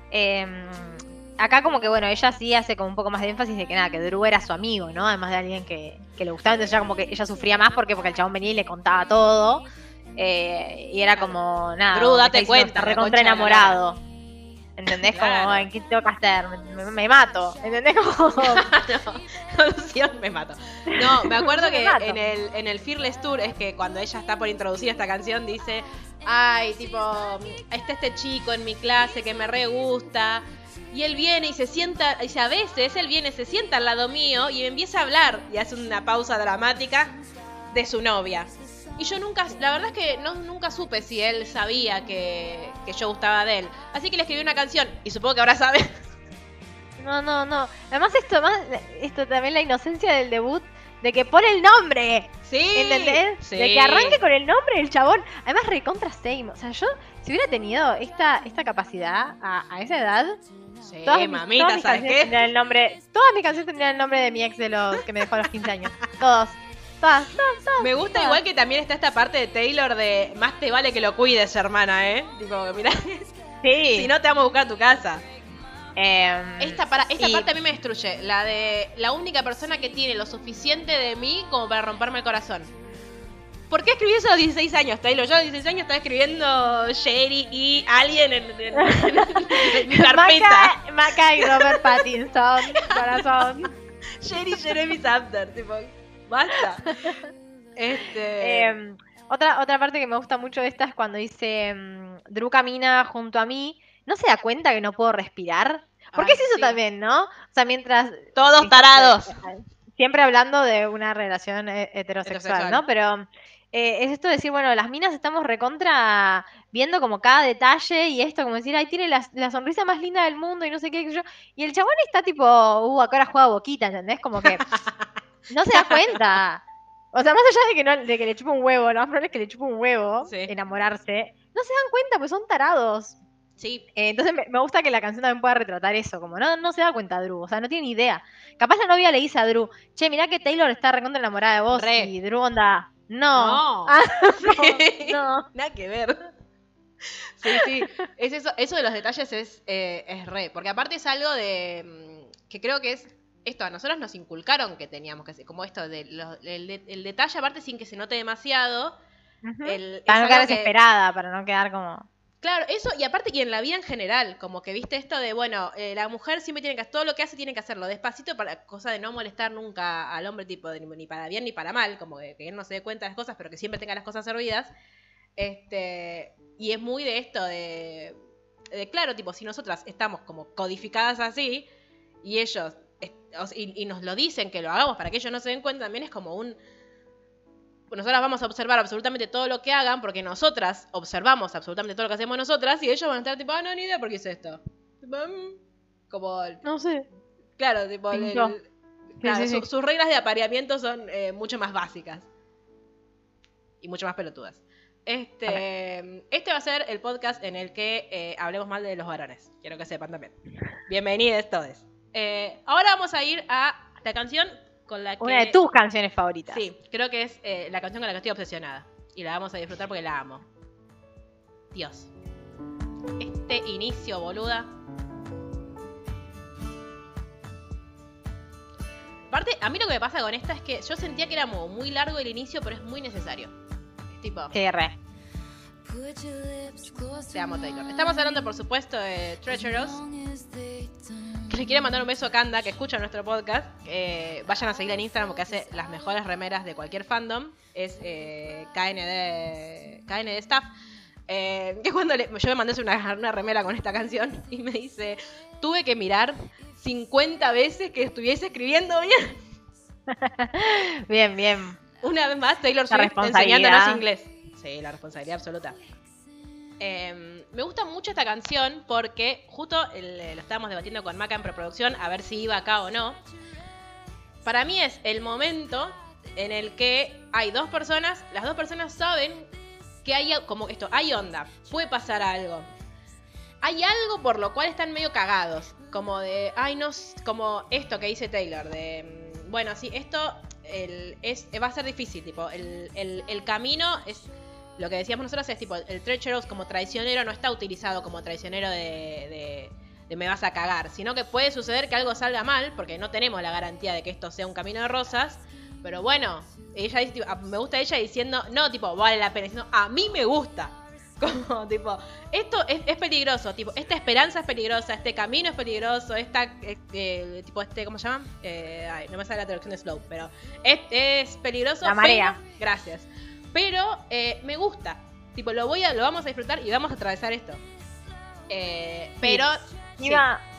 Acá como que, bueno, ella sí hace como un poco más de énfasis de que nada, que Drew era su amigo, ¿no? Además de alguien que le gustaba, entonces ya como que ella sufría más porque el chabón venía y le contaba todo. Y era como, nada, Drew, date está cuenta, está la recontra concha de la enamorado. ¿Entendés? Claro. Como, ¿en qué tengo que hacer? Me mato. ¿Entendés? Como... Solución, me mato. No, me acuerdo que Me mato. en el Fearless Tour es que cuando ella está por introducir esta canción dice, ay, tipo, está este chico en mi clase que me re gusta. Y él viene y se sienta, y a veces él viene, se sienta al lado mío y me empieza a hablar y hace una pausa dramática de su novia. Y yo nunca, la verdad es que nunca supe si él sabía que yo gustaba de él. Así que le escribí una canción y supongo que ahora sabe. No. Además esto también la inocencia del debut, de que pone el nombre. Sí. ¿Entendés? Sí. De que arranque con el nombre del chabón. Además, recontra same. O sea, yo, si hubiera tenido esta capacidad a esa edad, Sí, todas mamita, mis ¿sabes canciones qué? tendrían el nombre. Todas mis canciones tendrían el nombre de mi ex de los que me dejó a los 15 años. Todas. Me gusta igual que también está esta parte de Taylor de más te vale que lo cuides, hermana, ¿eh? Tipo, mirá, Sí. si no te vamos a buscar a tu casa. Esta Esta parte a mí me destruye. La de la única persona que tiene lo suficiente de mí como para romperme el corazón. ¿Por qué escribí eso a los 16 años, Taylor? Yo a los 16 años estaba escribiendo Sherry y Alien en mi carpeta. Maca y Robert Pattinson. Corazón. Sherry Jeremy Sampter, tipo, basta. Otra parte que me gusta mucho de esta es cuando dice Drew camina junto a mí, ¿no se da cuenta que no puedo respirar? Porque Ay, es eso sí. también, ¿no? O sea, mientras... Todos tarados. Siempre hablando de una relación heterosexual, ¿no? Pero es esto de decir, bueno, las minas estamos recontra viendo como cada detalle y esto, como decir, ay, tiene la sonrisa más linda del mundo y no sé qué, qué sé yo. Y el chabón está tipo, acá ahora juega boquita, ¿entendés? Como que no se da cuenta. O sea, más allá de que le chupa un huevo, lo más probable es que le chupa un huevo, Sí. enamorarse, no se dan cuenta, pues son tarados. Sí, Entonces me gusta que la canción también pueda retratar eso, como no se da cuenta Drew, o sea, no tiene ni idea. Capaz la novia le dice a Drew, che, mirá que Taylor está recontra enamorada de vos, Re. y Drew onda, no. No. Ah, Sí. no. Nada que ver. Sí. Es eso de los detalles es re. Porque aparte es algo de. Que creo que es. Esto, a nosotros nos inculcaron que teníamos que hacer. Como esto de el detalle, aparte sin que se note demasiado. Ujú. Es Para no quedar algo que- desesperada, para no quedar como... Claro, eso, y aparte que en la vida en general, como que viste esto de, bueno, la mujer siempre tiene que todo lo que hace tiene que hacerlo despacito para cosa de no molestar nunca al hombre, tipo, ni para bien ni para mal, como que él no se dé cuenta de las cosas, pero que siempre tenga las cosas servidas. Y es muy de esto de claro, tipo, si nosotras estamos como codificadas así, y ellos, y nos lo dicen que lo hagamos para que ellos no se den cuenta, también es como un... Nosotras vamos a observar absolutamente todo lo que hagan porque nosotras observamos absolutamente todo lo que hacemos nosotras y ellos van a estar tipo, no, ni idea por qué hice esto. Tipo, como... No sé. Claro, tipo, Pinchó. claro, Sí. sus reglas de apareamiento son mucho más básicas. Y mucho más pelotudas. Este va a ser el podcast en el que hablemos mal de los varones. Quiero que sepan también. Bienvenidos todos. Ahora vamos a ir a la canción con la que... Una de tus canciones favoritas. Sí, creo que es la canción con la que estoy obsesionada. Y la vamos a disfrutar porque la amo. Dios. Este inicio, boluda. Aparte, a mí lo que me pasa con esta es que yo sentía que era muy largo el inicio, pero es muy necesario. Es tipo... Sí, re. Te amo, Taylor. Estamos hablando, por supuesto, de Treacherous. Que le quiero mandar un beso a Kanda, que escucha nuestro podcast. Vayan a seguir en Instagram porque hace las mejores remeras de cualquier fandom. Es KND Staff. Que cuando yo me mandé una remera con esta canción y me dice, tuve que mirar 50 veces que estuviese escribiendo bien. Bien. Una vez más, Taylor La Swift responsabilidad. enseñándonos inglés. Sí, la responsabilidad absoluta. Me gusta mucho esta canción porque justo lo estábamos debatiendo con Maca en preproducción a ver si iba acá o no. Para mí es el momento en el que hay dos personas, las dos personas saben que hay como esto, hay onda, puede pasar algo. Hay algo por lo cual están medio cagados, como de, ay no, como esto que dice Taylor, de, bueno, sí, esto va a ser difícil, tipo, el camino es... Lo que decíamos nosotros es tipo, el Treacherous como traicionero no está utilizado como traicionero de me vas a cagar, sino que puede suceder que algo salga mal, porque no tenemos la garantía de que esto sea un camino de rosas, pero bueno, ella dice, tipo, me gusta ella diciendo, no, tipo, vale la pena, diciendo, a mí me gusta. Como, tipo, esto es peligroso, tipo, esta esperanza es peligrosa, este camino es peligroso, tipo, ¿cómo se llama? No me sale la traducción de Slow, pero es peligroso. La marea. Pero, gracias. Pero me gusta. Tipo, lo vamos a disfrutar y vamos a atravesar esto. Pero. Sí.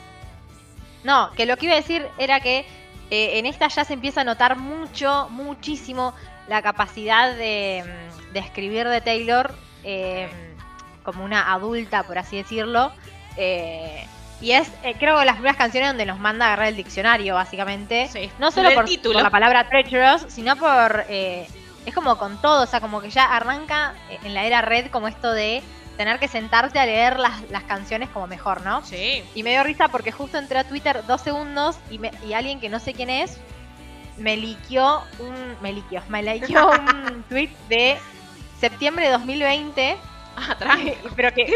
No, que lo que iba a decir era que en esta ya se empieza a notar muchísimo la capacidad de escribir de Taylor como una adulta, por así decirlo. Y es, creo que las primeras canciones donde nos manda a agarrar el diccionario, básicamente. Sí. No solo por título. la palabra treacherous, sino por... es como con todo, o sea, como que ya arranca en la era Red como esto de tener que sentarte a leer las canciones como mejor, ¿no? Sí. Y me dio risa porque justo entré a Twitter 2 segundos y alguien que no sé quién es me likeó un tweet de septiembre de 2020. Ah, tranqui. pero que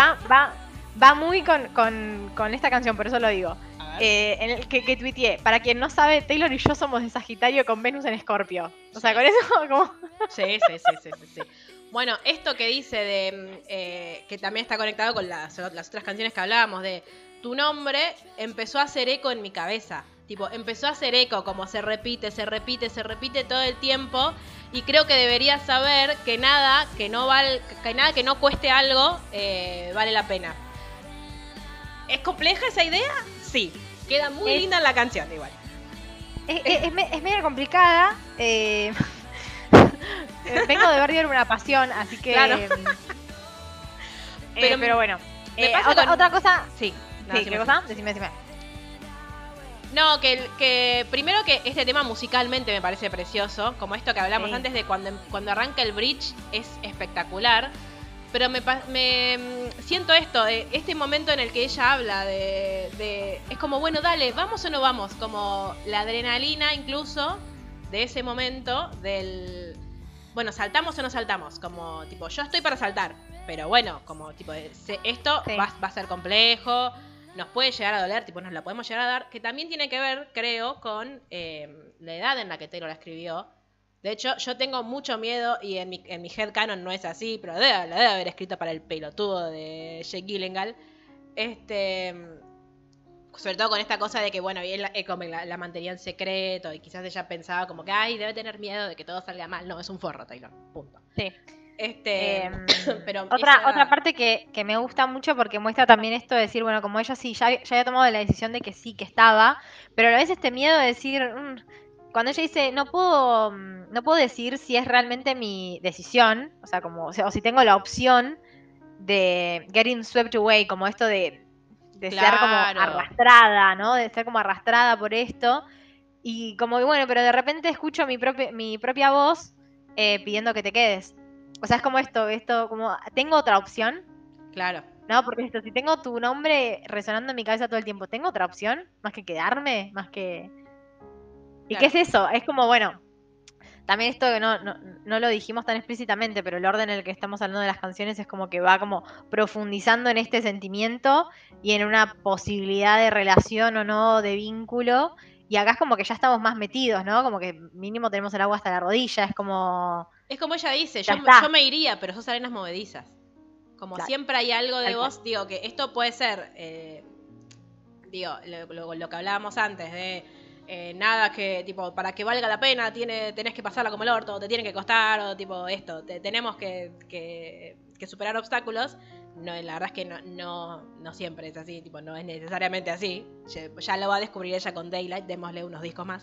va muy con esta canción, por eso lo digo. En el que tuiteé, para quien no sabe, Taylor y yo somos de Sagitario con Venus en Escorpio. O sea, con eso como... Sí. Bueno, esto que dice de que también está conectado con las otras canciones que hablábamos, de tu nombre empezó a hacer eco en mi cabeza. Tipo, empezó a hacer eco, como se repite todo el tiempo. Y creo que deberías saber que nada que no cueste algo vale la pena. ¿Es compleja esa idea? Sí. Queda muy linda en la canción, igual. Es medio complicada. Vengo de ver Diario de una pasión, así que... Claro. pero bueno. Me pasa otra cosa... Sí. ¿Qué cosa? Decime. No, que primero que este tema musicalmente me parece precioso, como esto que hablamos antes de cuando arranca el bridge es espectacular, pero me siento este momento en el que ella habla de es como, bueno, dale, ¿vamos o no vamos? Como la adrenalina incluso de ese momento del, bueno, ¿saltamos o no saltamos? Como, tipo, yo estoy para saltar, pero bueno, como, tipo, esto Sí. va a ser complejo, nos puede llegar a doler, tipo, nos la podemos llegar a dar, que también tiene que ver, creo, con la edad en la que Taylor la escribió. De hecho, yo tengo mucho miedo, y en mi headcanon no es así, pero la debe haber escrito para el pelotudo de Jake Gyllenhaal. Sobre todo con esta cosa de que, bueno, él como la mantenía en secreto, y quizás ella pensaba como que, ay, debe tener miedo de que todo salga mal. No, es un forro, Taylor, punto. Sí. Pero otra parte que me gusta mucho porque muestra también esto de decir, bueno, como ella sí ya había tomado la decisión de que sí, que estaba, pero a veces este miedo de decir, cuando ella dice, no puedo decir si es realmente mi decisión, o sea, como, o si tengo la opción de getting swept away, como esto de ser como arrastrada, ¿no? De ser como arrastrada por esto. Y como que bueno, pero de repente escucho mi propia voz pidiendo que te quedes. O sea, es como esto, como, ¿tengo otra opción? Claro. No, porque esto, si tengo tu nombre resonando en mi cabeza todo el tiempo, ¿tengo otra opción? Más que quedarme, más que... ¿Y Claro. qué es eso? Es como, bueno, también esto que no lo dijimos tan explícitamente, pero el orden en el que estamos hablando de las canciones es como que va como profundizando en este sentimiento y en una posibilidad de relación o no, de vínculo. Y acá es como que ya estamos más metidos, ¿no? Como que mínimo tenemos el agua hasta la rodilla, es como... Es como ella dice, Ya yo está. me iría, pero sos arenas movedizas. Como Claro. siempre hay algo de Tal vos, cual. digo, que esto puede ser, lo que hablábamos antes, de nada que, tipo, para que valga la pena tenés que pasarla como el orto, o te tiene que costar, o tipo esto, tenemos que superar obstáculos. No, la verdad es que no siempre es así, tipo, no es necesariamente así. Ya lo va a descubrir ella con Daylight, démosle unos discos más.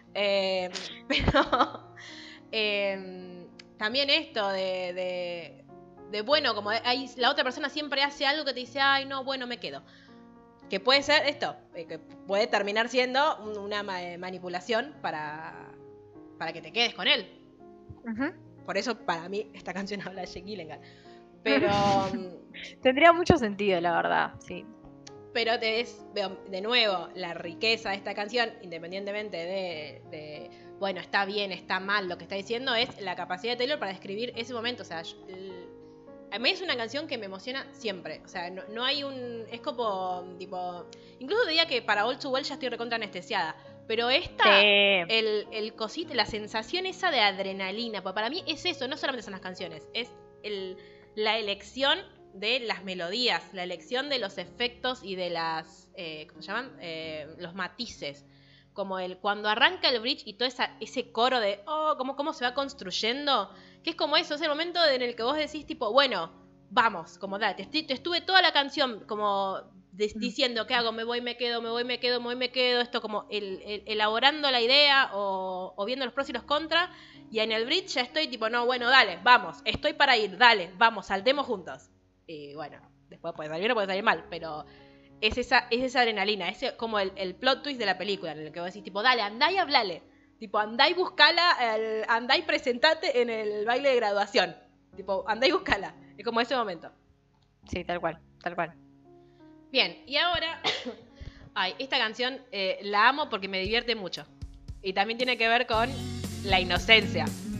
Pero también esto de bueno, como la otra persona siempre hace algo que te dice, ay, no, bueno, me quedo. Que puede ser esto, que puede terminar siendo una manipulación para que te quedes con él. Ujú. Por eso, para mí, esta canción habla de Jake Gyllenhaal. Pero Tendría mucho sentido, la verdad, sí. pero veo de nuevo la riqueza de esta canción, independientemente de bueno, está bien, está mal, lo que está diciendo es la capacidad de Taylor para describir ese momento. O sea, a mí es una canción que me emociona siempre. O sea, no hay es como, tipo... Incluso diría que para All Too Well ya estoy recontra anestesiada. Pero esta, Sí. el cosito, la sensación esa de adrenalina, pues para mí es eso, no solamente son las canciones, es la elección de las melodías, la elección de los efectos y de las, ¿cómo se llaman? Los matices. Como cuando arranca el bridge y todo ese coro de, cómo se va construyendo, que es como eso, es el momento en el que vos decís tipo, bueno, vamos, como dale, te estuve toda la canción como diciendo, ¿qué hago? Me voy, me quedo, me voy, me quedo, me voy, me quedo, esto como elaborando la idea o viendo los pros y los contras, y en el bridge ya estoy tipo, no, bueno, dale, vamos, estoy para ir, dale, vamos, saltemos juntos. Y bueno, después puede salir bien o puede salir mal, pero... Es esa adrenalina, es como el plot twist de la película, en el que vos decís, tipo, dale, andá y hablale. Tipo, andá y buscala, andá y presentate en el baile de graduación. Tipo, andá y buscala. Es como ese momento. Sí, tal cual, tal cual. Bien, y ahora... esta canción la amo porque me divierte mucho. Y también tiene que ver con la inocencia.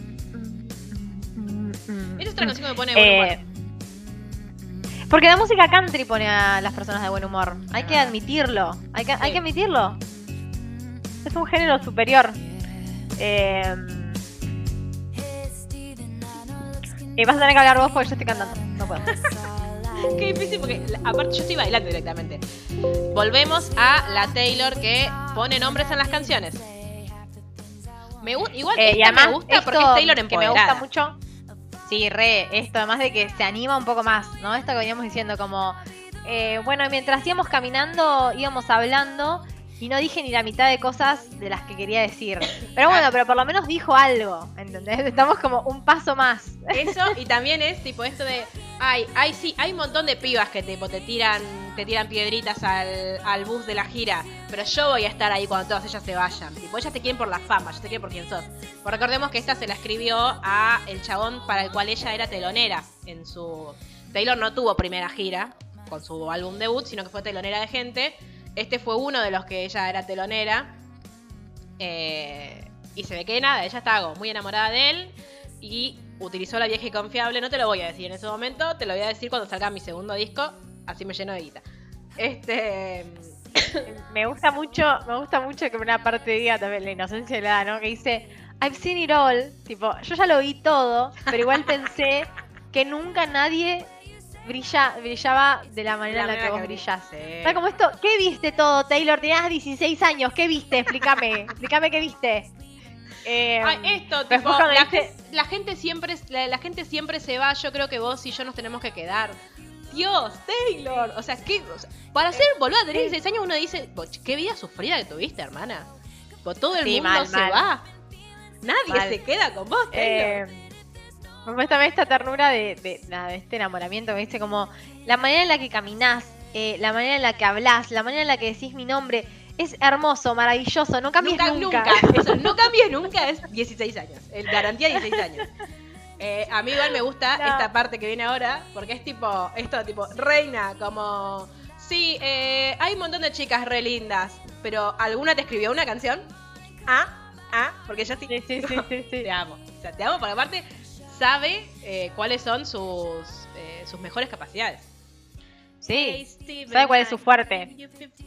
Es otra canción que me pone de buen humor. Porque la música country pone a las personas de buen humor. Hay que admitirlo. Hay que admitirlo. Es un género superior. Vas a tener que hablar vos porque yo estoy cantando. No puedo. Qué difícil porque aparte yo estoy bailando directamente. Volvemos a la Taylor que pone nombres en las canciones. Igual y además, me gusta porque es Taylor empoderada. Que me gusta mucho. Sí, esto además de que se anima un poco más, ¿no? Esto que veníamos diciendo, como, bueno, mientras íbamos caminando, íbamos hablando, y no dije ni la mitad de cosas de las que quería decir. Pero bueno, pero por lo menos dijo algo, ¿entendés? Estamos como un paso más. Eso, y también es tipo esto de, hay un montón de pibas que tipo te tiran piedritas al bus de la gira, pero yo voy a estar ahí cuando todas ellas se vayan. Tipo, ellas te quieren por la fama, ellas te quieren por quién sos. Pues recordemos que esta se la escribió a el chabón para el cual ella era telonera en su... Taylor no tuvo primera gira con su álbum debut, sino que fue telonera de gente. Este fue uno de los que ella era telonera. Y se ve que nada, ella estaba muy enamorada de él y utilizó la vieja y confiable. No te lo voy a decir en ese momento, te lo voy a decir cuando salga mi segundo disco, así me lleno de guita. Me gusta mucho que una parte diga también la inocencia de la edad, ¿no? Que dice, I've seen it all. Tipo, yo ya lo vi todo, pero igual pensé que nunca nadie brillaba de la manera en la que vos brillás. O sea, como esto, ¿qué viste todo, Taylor? Tenías 16 años, ¿qué viste? Explícame qué viste. Esto, tipo, la gente siempre se va, yo creo que vos y yo nos tenemos que quedar. Dios, Taylor, o sea, para ser boluda, tener 16 años uno dice, qué vida sufrida que tuviste, hermana. Todo el mundo se va. Nadie se queda con vos, Taylor. Muéstrame esta ternura de este enamoramiento que dice como la manera en la que caminás, la manera en la que hablas, la manera en la que decís mi nombre. Es hermoso, maravilloso, no cambies nunca. Eso, no cambies nunca, es 16 años. Garantía 16 años. A mí igual me gusta esta parte que viene ahora, porque es tipo, esto tipo, reina, como... Sí, hay un montón de chicas re lindas, pero ¿alguna te escribió una canción? Porque yo sí. Sí. Te amo. O sea, te amo porque aparte sabe cuáles son sus mejores capacidades. Sí, sabe cuál es su fuerte.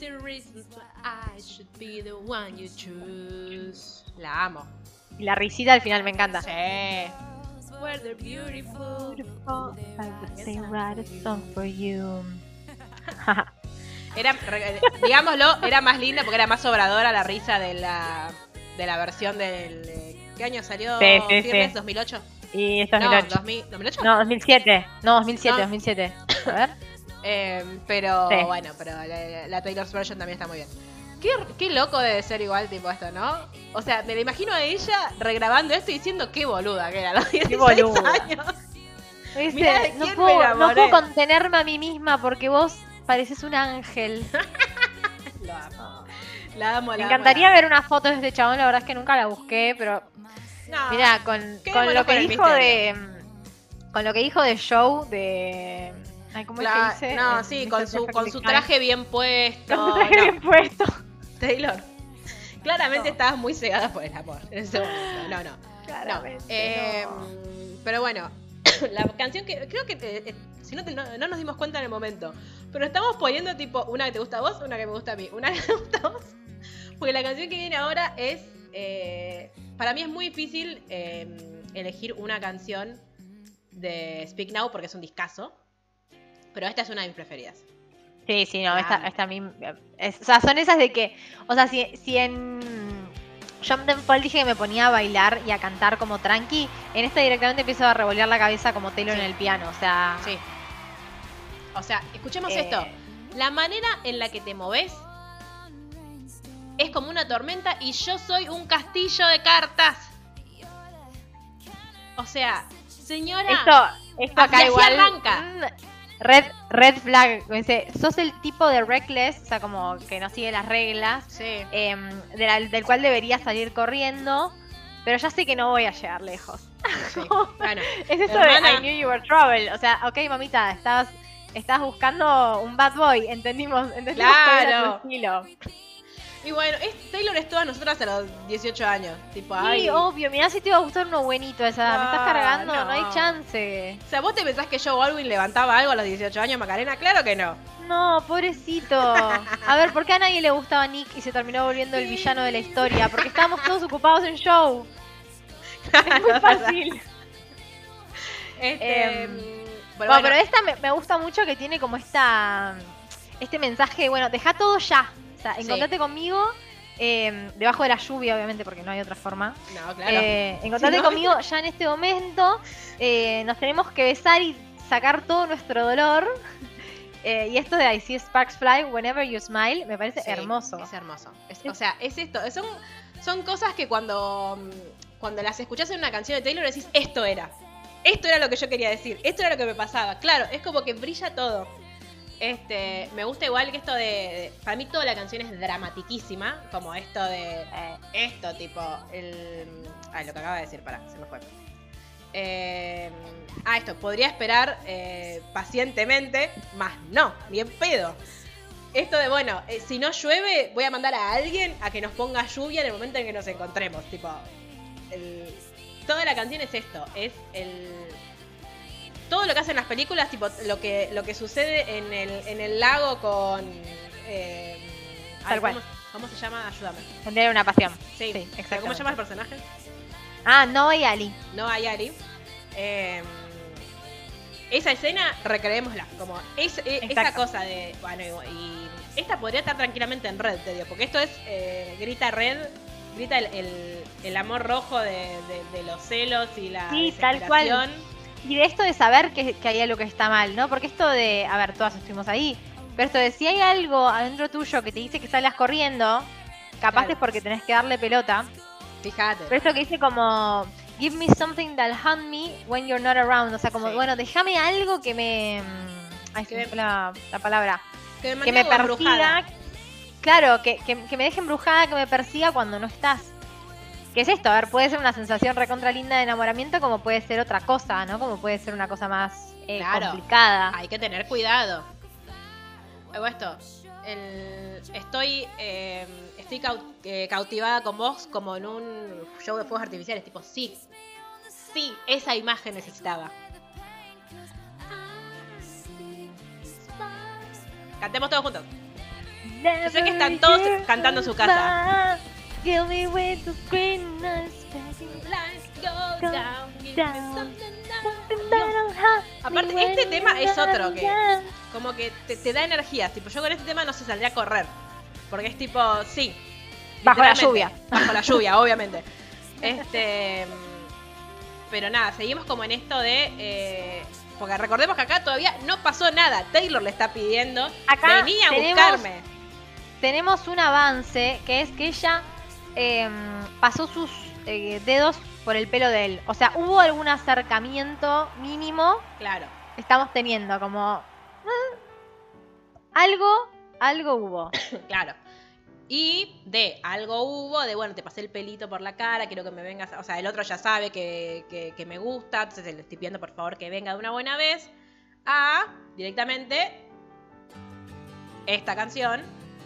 La amo. Y la risita al final me encanta. Sí. Digámoslo, era más linda porque era más sobradora la risa de la versión del... ¿Qué año salió? Sí. ¿2008? Y es 2008. ¿2008? No, 2007. No, 2007. A ver. Pero Sí. bueno, pero la Taylor's version también está muy bien. Qué loco debe ser igual tipo esto, ¿no? O sea, me la imagino a ella regrabando esto y diciendo qué boluda que era a los 16 años. Mirá de No quién me puedo enamoré. contenerme a mí misma porque vos pareces un ángel. Lo amo. La amo, Me encantaría ver una foto de este chabón, la verdad es que nunca la busqué, pero No, mirá, con quedémonos lo que con el dijo misterio. con lo que dijo de Show de ay, ¿cómo es que dice? No, En sí, Mr. con su Perfectly traje bien puesto. Con su traje No, bien puesto. Taylor. Claramente estabas muy cegada por el amor en ese momento. No. Claramente, Pero bueno, la canción que creo que si no nos dimos cuenta en el momento, pero estamos poniendo tipo una que te gusta a vos, una que me gusta a mí, una que te gusta a vos, porque la canción que viene ahora es para mí es muy difícil elegir una canción de Speak Now porque es un discazo, pero esta es una de mis preferidas. Sí, no, esta a mí o sea, son esas de que, o sea, si en Jump Them Fall dije que me ponía a bailar y a cantar como tranqui, en esta directamente empiezo a revolear la cabeza como Taylor en el piano, o sea... Sí. O sea, escuchemos esto. La manera en la que te moves es como una tormenta y yo soy un castillo de cartas. O sea, señora... Esto acá así igual... arranca. Red flag, dice, sos el tipo de reckless, o sea, como que no sigue las reglas, Sí. del cual debería salir corriendo, pero ya sé que no voy a llegar lejos. Sí. Bueno, Es eso hermana. de I knew you were trouble, o sea, ok, mamita, estás buscando un bad boy, entendimos cuál era tu estilo. y bueno, Taylor es todas nosotras a los 18 años. Tipo, Sí, ay. obvio, mirá si te iba a gustar uno buenito a esa edad, me estás cargando, no hay chance. O sea, ¿vos te pensás que Joe Alwyn levantaba algo a los 18 años, Macarena? Claro que no. No, pobrecito. A ver, ¿por qué a nadie le gustaba Nick y se terminó volviendo el villano de la historia? Porque estábamos todos ocupados en show. Es muy fácil. Bueno, pero esta me gusta mucho que tiene como este mensaje, bueno, deja todo ya. O sea, encontrate conmigo debajo de la lluvia, obviamente, porque no hay otra forma. No, claro. Encontrate Si no- conmigo ya en este momento. Nos tenemos que besar y sacar todo nuestro dolor. Y esto de I see sparks fly whenever you smile me parece Sí, hermoso. Es hermoso. O sea, es esto. Son cosas que cuando las escuchás en una canción de Taylor decís, esto era lo que yo quería decir, esto era lo que me pasaba. Claro, es como que brilla todo. Me gusta igual que esto para mí toda la canción es dramatiquísima, como esto de esto, tipo lo que acaba de decir, se me fue. Esto, podría esperar pacientemente, más no, ni en pedo. Esto de, bueno, si no llueve, voy a mandar a alguien a que nos ponga lluvia en el momento en que nos encontremos. Tipo, toda la canción es esto, es todo lo que hacen las películas, tipo lo que sucede en el lago con Tal cual. ¿Cómo se llama? Ayúdame. Tener una pasión. Sí, exacto. ¿cómo se llama el personaje? Noah y Ali. No Ayari. Esa escena, recreémosla. Como esa cosa de. Bueno, y esta podría estar tranquilamente en Red, te digo. Porque esto es. Grita Red. Grita el amor rojo de los celos y la. Sí, tal cual. Y de esto de saber que hay algo que está mal, ¿no? Porque esto de. A ver, todas estuvimos ahí. Pero esto de si hay algo adentro tuyo que te dice que salgas corriendo, capaz Claro. es porque tenés que darle pelota. Fíjate. Pero esto que dice como give me something that'll hunt me when you're not around. O sea, como, Sí. bueno, déjame algo que me... Ay, se me fue la palabra. Que me que me mantenga persiga. embrujada. Claro, que me deje embrujada, que me persiga cuando no estás. ¿Qué es esto? A ver, puede ser una sensación recontra linda de enamoramiento, como puede ser otra cosa, ¿no? Como puede ser una cosa más Claro. complicada. Hay que tener cuidado. Hago esto. Estoy cautivada con vos como en un show de fuegos artificiales. Tipo, sí, esa imagen necesitaba. Cantemos todos juntos. Yo sé que están todos cantando en su casa. Give me way to screen us. Aparte, este tema es otro que como que te da energía. Tipo, yo con este tema no se saldría a correr. Porque es tipo, sí. Bajo la literalmente, lluvia. Bajo la lluvia, obviamente. Pero nada, seguimos como en esto de... porque recordemos que acá todavía no pasó nada. Taylor le está pidiendo, Acá vení a buscarme. Tenemos un avance, que es que ella pasó sus dedos por el pelo de él. O sea, hubo algún acercamiento mínimo. Claro. Estamos teniendo como... algo hubo. Claro. Y de algo hubo, de bueno, te pasé el pelito por la cara, quiero que me vengas. O sea, el otro ya sabe que me gusta, entonces le estoy pidiendo por favor que venga de una buena vez. A directamente esta canción.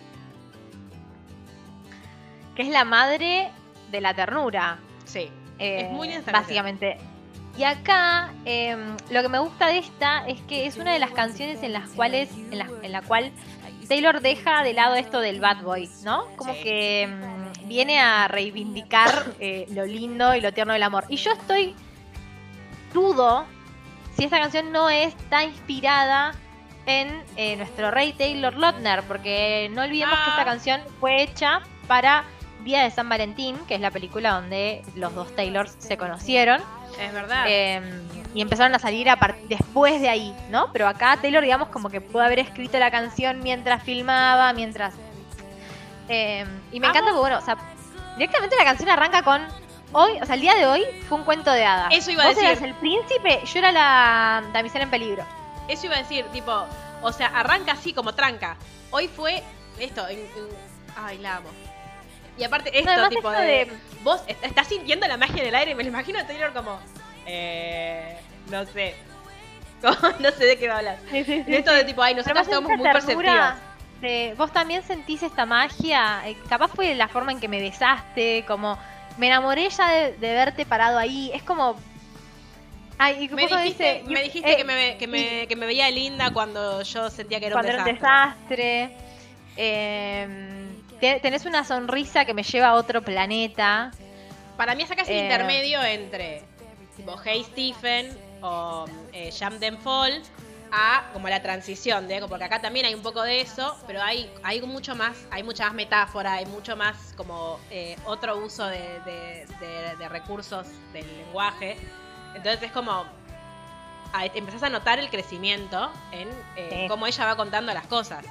Que es la madre de la ternura. Sí. Es muy linda esta básicamente. Y acá, lo que me gusta de esta es que es una de las canciones en las cuales, en la cual Taylor deja de lado esto del bad boy, ¿no? Como Sí. que viene a reivindicar lo lindo y lo tierno del amor. Y yo dudo si esta canción no está inspirada en nuestro rey Taylor Lautner, porque no olvidemos que esta canción fue hecha para Día de San Valentín, que es la película donde los dos Taylors se conocieron. Es verdad. Y empezaron a salir después de ahí, ¿no? Pero acá Taylor, digamos, como que pudo haber escrito la canción mientras filmaba, mientras... y me encanta porque, bueno, o sea, directamente la canción arranca con... Hoy, o sea, el día de hoy fue un cuento de hadas. Eso iba a Vos decir. eras el príncipe, yo era la damisela en peligro. Eso iba a decir, tipo, o sea, arranca así como tranca. Hoy fue esto. Ay, la amo. Y aparte esto, además tipo esto de... de- Vos estás sintiendo la magia en el aire y me lo imagino a Taylor como... no sé. No sé de qué va a hablar. Esto de tipo, ay, nosotros Además, somos esa muy perceptivas. vos también sentís esta magia. Capaz fue la forma en que me besaste, como me enamoré ya de verte parado ahí. Es como... Ay, y Me poco dijiste, dice, me dijiste que me veía linda cuando yo sentía que era cuando un era un desastre. Tenés una sonrisa que me lleva a otro planeta. Para mí es acá es el intermedio entre tipo Hey Stephen o Jump Then Fall a como la transición de, porque acá también hay un poco de eso, pero hay mucho más, hay mucha más metáfora, hay mucho más como otro uso de recursos del lenguaje. Entonces es como empezás a notar el crecimiento en Sí. cómo ella va contando las cosas.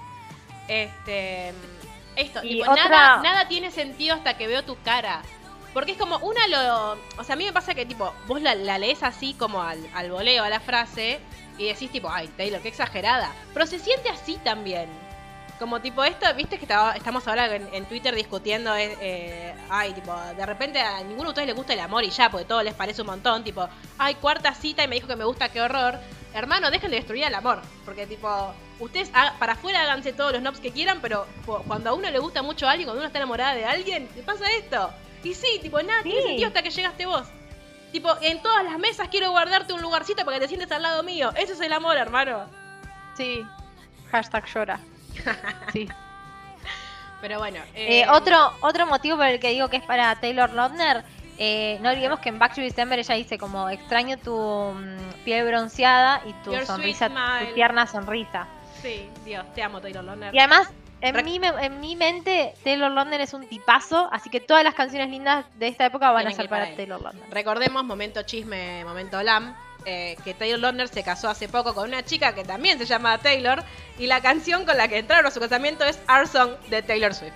Esto, Y tipo, otra- nada tiene sentido hasta que veo tu cara. Porque es como o sea, a mí me pasa que tipo, vos la lees así como al voleo, a la frase, y decís tipo, ay, Taylor, qué exagerada. Pero se siente así también. Como tipo esto, viste que estamos ahora en Twitter discutiendo, ay, tipo, de repente a ninguno de ustedes les gusta el amor y ya, porque todo les parece un montón, tipo, ay, cuarta cita y me dijo que me gusta, qué horror. Hermano, dejen de destruir el amor, porque tipo, ustedes para afuera háganse todos los knobs que quieran, pero cuando a uno le gusta mucho a alguien, cuando uno está enamorada de alguien, le pasa esto. Y sí, tipo, nada tiene Sí. sentido hasta que llegaste vos. Tipo, en todas las mesas quiero guardarte un lugarcito para que te sientes al lado mío. Eso es el amor, hermano. Sí. Hashtag llora. Sí. Pero bueno. Otro motivo por el que digo que es para Taylor Lautner, no olvidemos que en Back to December ella dice como extraño tu piel bronceada y tu Your sonrisa, sweet smile. tu tierna sonrisa. Sí, Dios, te amo, Taylor Lautner. Y además, en Rec- mi mente, Taylor Lautner es un tipazo, así que todas las canciones lindas de esta época van Tienen a que ser ir para para él. Taylor Lautner. Recordemos, momento chisme, momento lam, que Taylor Lautner se casó hace poco con una chica que también se llama Taylor, y la canción con la que entraron a su casamiento es Our Song de Taylor Swift.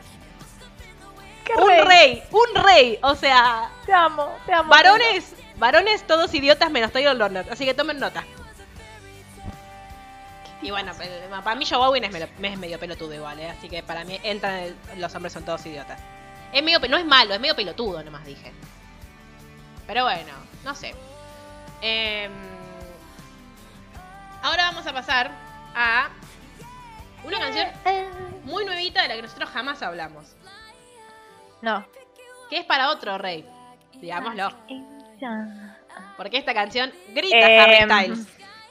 Un rey, o sea, Te amo, varones todos idiotas menos Taylor Lautner, así que tomen nota. Y bueno, para mí Joe Bowen es medio pelotudo igual, así que para mí los hombres son todos idiotas. No es malo, es medio pelotudo, nomás dije. Pero bueno, no sé. Ahora vamos a pasar a una canción muy nuevita de la que nosotros jamás hablamos. No. Que es para otro rey, digámoslo. Porque esta canción grita Harry Styles.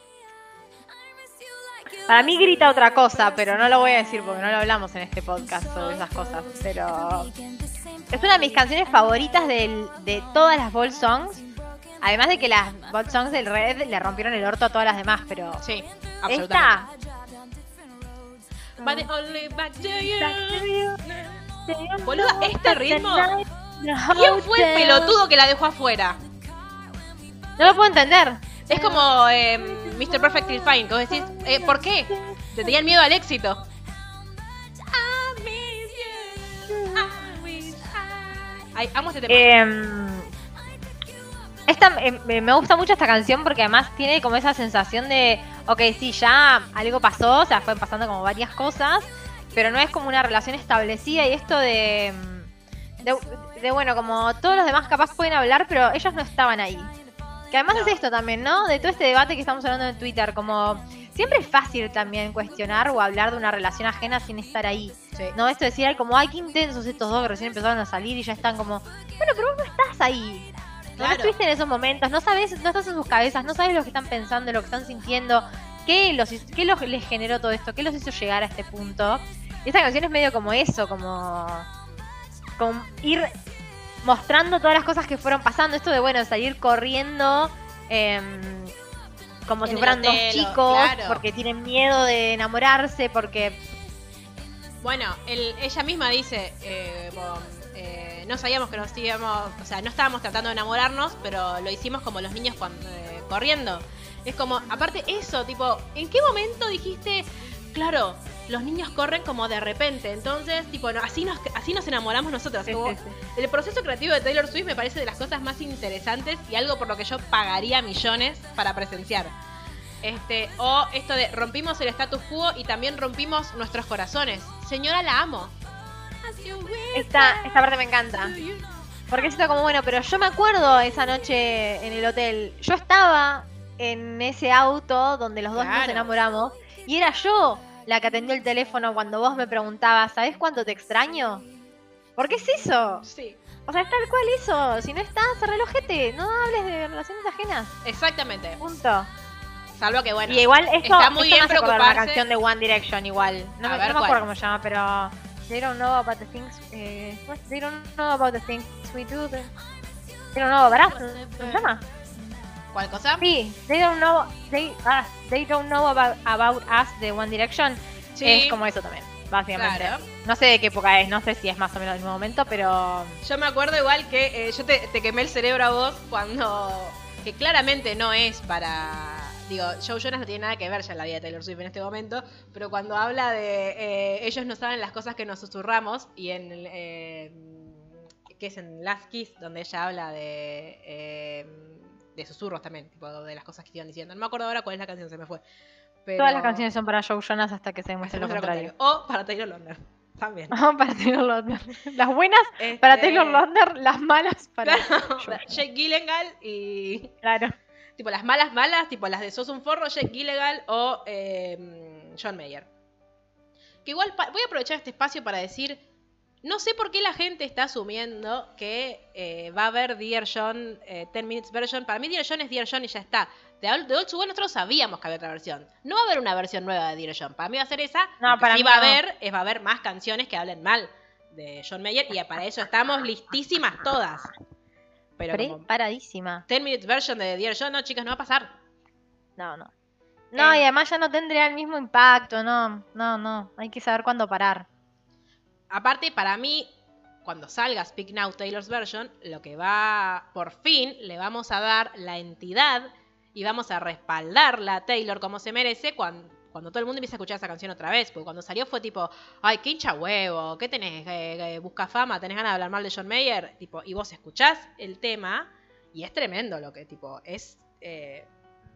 Para mí grita otra cosa, pero no lo voy a decir porque no lo hablamos en este podcast sobre esas cosas. Pero es una de mis canciones favoritas de todas las Bold Songs. Además de que las Bold Songs del Red le rompieron el orto a todas las demás, pero sí, absolutamente. Boluda, este ritmo. ¿Quién fue el pelotudo que la dejó afuera? No lo puedo entender. Es como Mr. Perfectly Fine, que vos decís, ¿por qué? Te tenían miedo al éxito. Ay, amo este tema. Me gusta mucho esta canción porque además tiene como esa sensación de, ok, sí, ya algo pasó, o sea, fue pasando como varias cosas, pero no es como una relación establecida y esto de bueno, como todos los demás capaz pueden hablar, pero ellos no estaban ahí. Que además es esto también, ¿no? De todo este debate que estamos hablando en Twitter, como siempre es fácil también cuestionar o hablar de una relación ajena sin estar ahí. Sí. No, esto de decir, como, ay, qué intensos estos dos que recién empezaron a salir y ya están como, bueno, pero vos no estás ahí. Claro. No estuviste en esos momentos, no sabes, no estás en sus cabezas, no sabes lo que están pensando, lo que están sintiendo, qué les generó todo esto, qué los hizo llegar a este punto. Y esta canción es medio como eso, como ir mostrando todas las cosas que fueron pasando. Esto de, bueno, salir corriendo como si fueran dos chicos, claro, porque tienen miedo de enamorarse, porque... Bueno, ella misma dice, no sabíamos que nos íbamos, o sea, no estábamos tratando de enamorarnos, pero lo hicimos como los niños corriendo. Es como, aparte eso, tipo, ¿en qué momento dijiste, claro, los niños corren como de repente? Entonces, tipo, no, así nos enamoramos nosotros. Como, sí. El proceso creativo de Taylor Swift me parece de las cosas más interesantes y algo por lo que yo pagaría millones para presenciar. O esto de rompimos el status quo y también rompimos nuestros corazones. Señora, la amo. Esta parte me encanta. Porque siento como, bueno, pero yo me acuerdo esa noche en el hotel. Yo estaba en ese auto donde los dos nos enamoramos. Y era yo la que atendió el teléfono cuando vos me preguntabas, ¿sabés cuánto te extraño? ¿Por qué es eso? Sí. O sea, es tal cual eso. Si no estás, relojete. No hables de relaciones ajenas. Exactamente. Punto. Salvo que, bueno, y igual está muy bien preocuparse. La canción de One Direction igual. No me acuerdo cómo se llama, pero... They don't know about the things... They don't know about the things we do. They don't know about us. ¿Cómo se llama? ¿Cuál cosa? Sí, They don't know about us de One Direction. Sí. Es como eso también, básicamente. Claro. No sé de qué época es, no sé si es más o menos del mismo momento, pero... Yo me acuerdo igual que yo te quemé el cerebro a vos cuando... Que claramente no es para... Digo, Joe Jonas no tiene nada que ver ya en la vida de Taylor Swift en este momento, pero cuando habla de ellos no saben las cosas que nos susurramos, y en que es en Last Kiss, donde ella habla de susurros también, tipo de las cosas que iban diciendo. No me acuerdo ahora cuál es la canción, se me fue. Pero... Todas las canciones son para Joe Jonas hasta que se demuestre lo contrario. O para Taylor Lautner, también. O para Taylor Lautner. Las buenas para Taylor Lautner, las malas para Jake Gyllenhaal y... Claro. Tipo las malas, tipo las de Sos un forro, Jake Gyllenhaal o John Mayer. Que igual voy a aprovechar este espacio para decir, no sé por qué la gente está asumiendo que va a haber Dear John 10 Minutes version. Para mí Dear John es Dear John y ya está. De Old to One nosotros sabíamos que había otra versión. No va a haber una versión nueva de Dear John. Para mí va a ser esa. No, para sí mí va a haber más canciones que hablen mal de John Mayer y para eso estamos listísimas todas. Pero preparadísima. 10 Minutes version de Dear John, no, chicas, no va a pasar. No. No, y además ya no tendría el mismo impacto, no. Hay que saber cuándo parar. Aparte, para mí, cuando salga Speak Now Taylor's version, lo que va, por fin, le vamos a dar la entidad y vamos a respaldarla a Taylor como se merece cuando todo el mundo empieza a escuchar esa canción otra vez. Porque cuando salió fue tipo, ay, qué hincha huevo, ¿qué tenés? ¿Busca fama? ¿Tenés ganas de hablar mal de John Mayer? Tipo, y vos escuchás el tema y es tremendo lo que, tipo, es...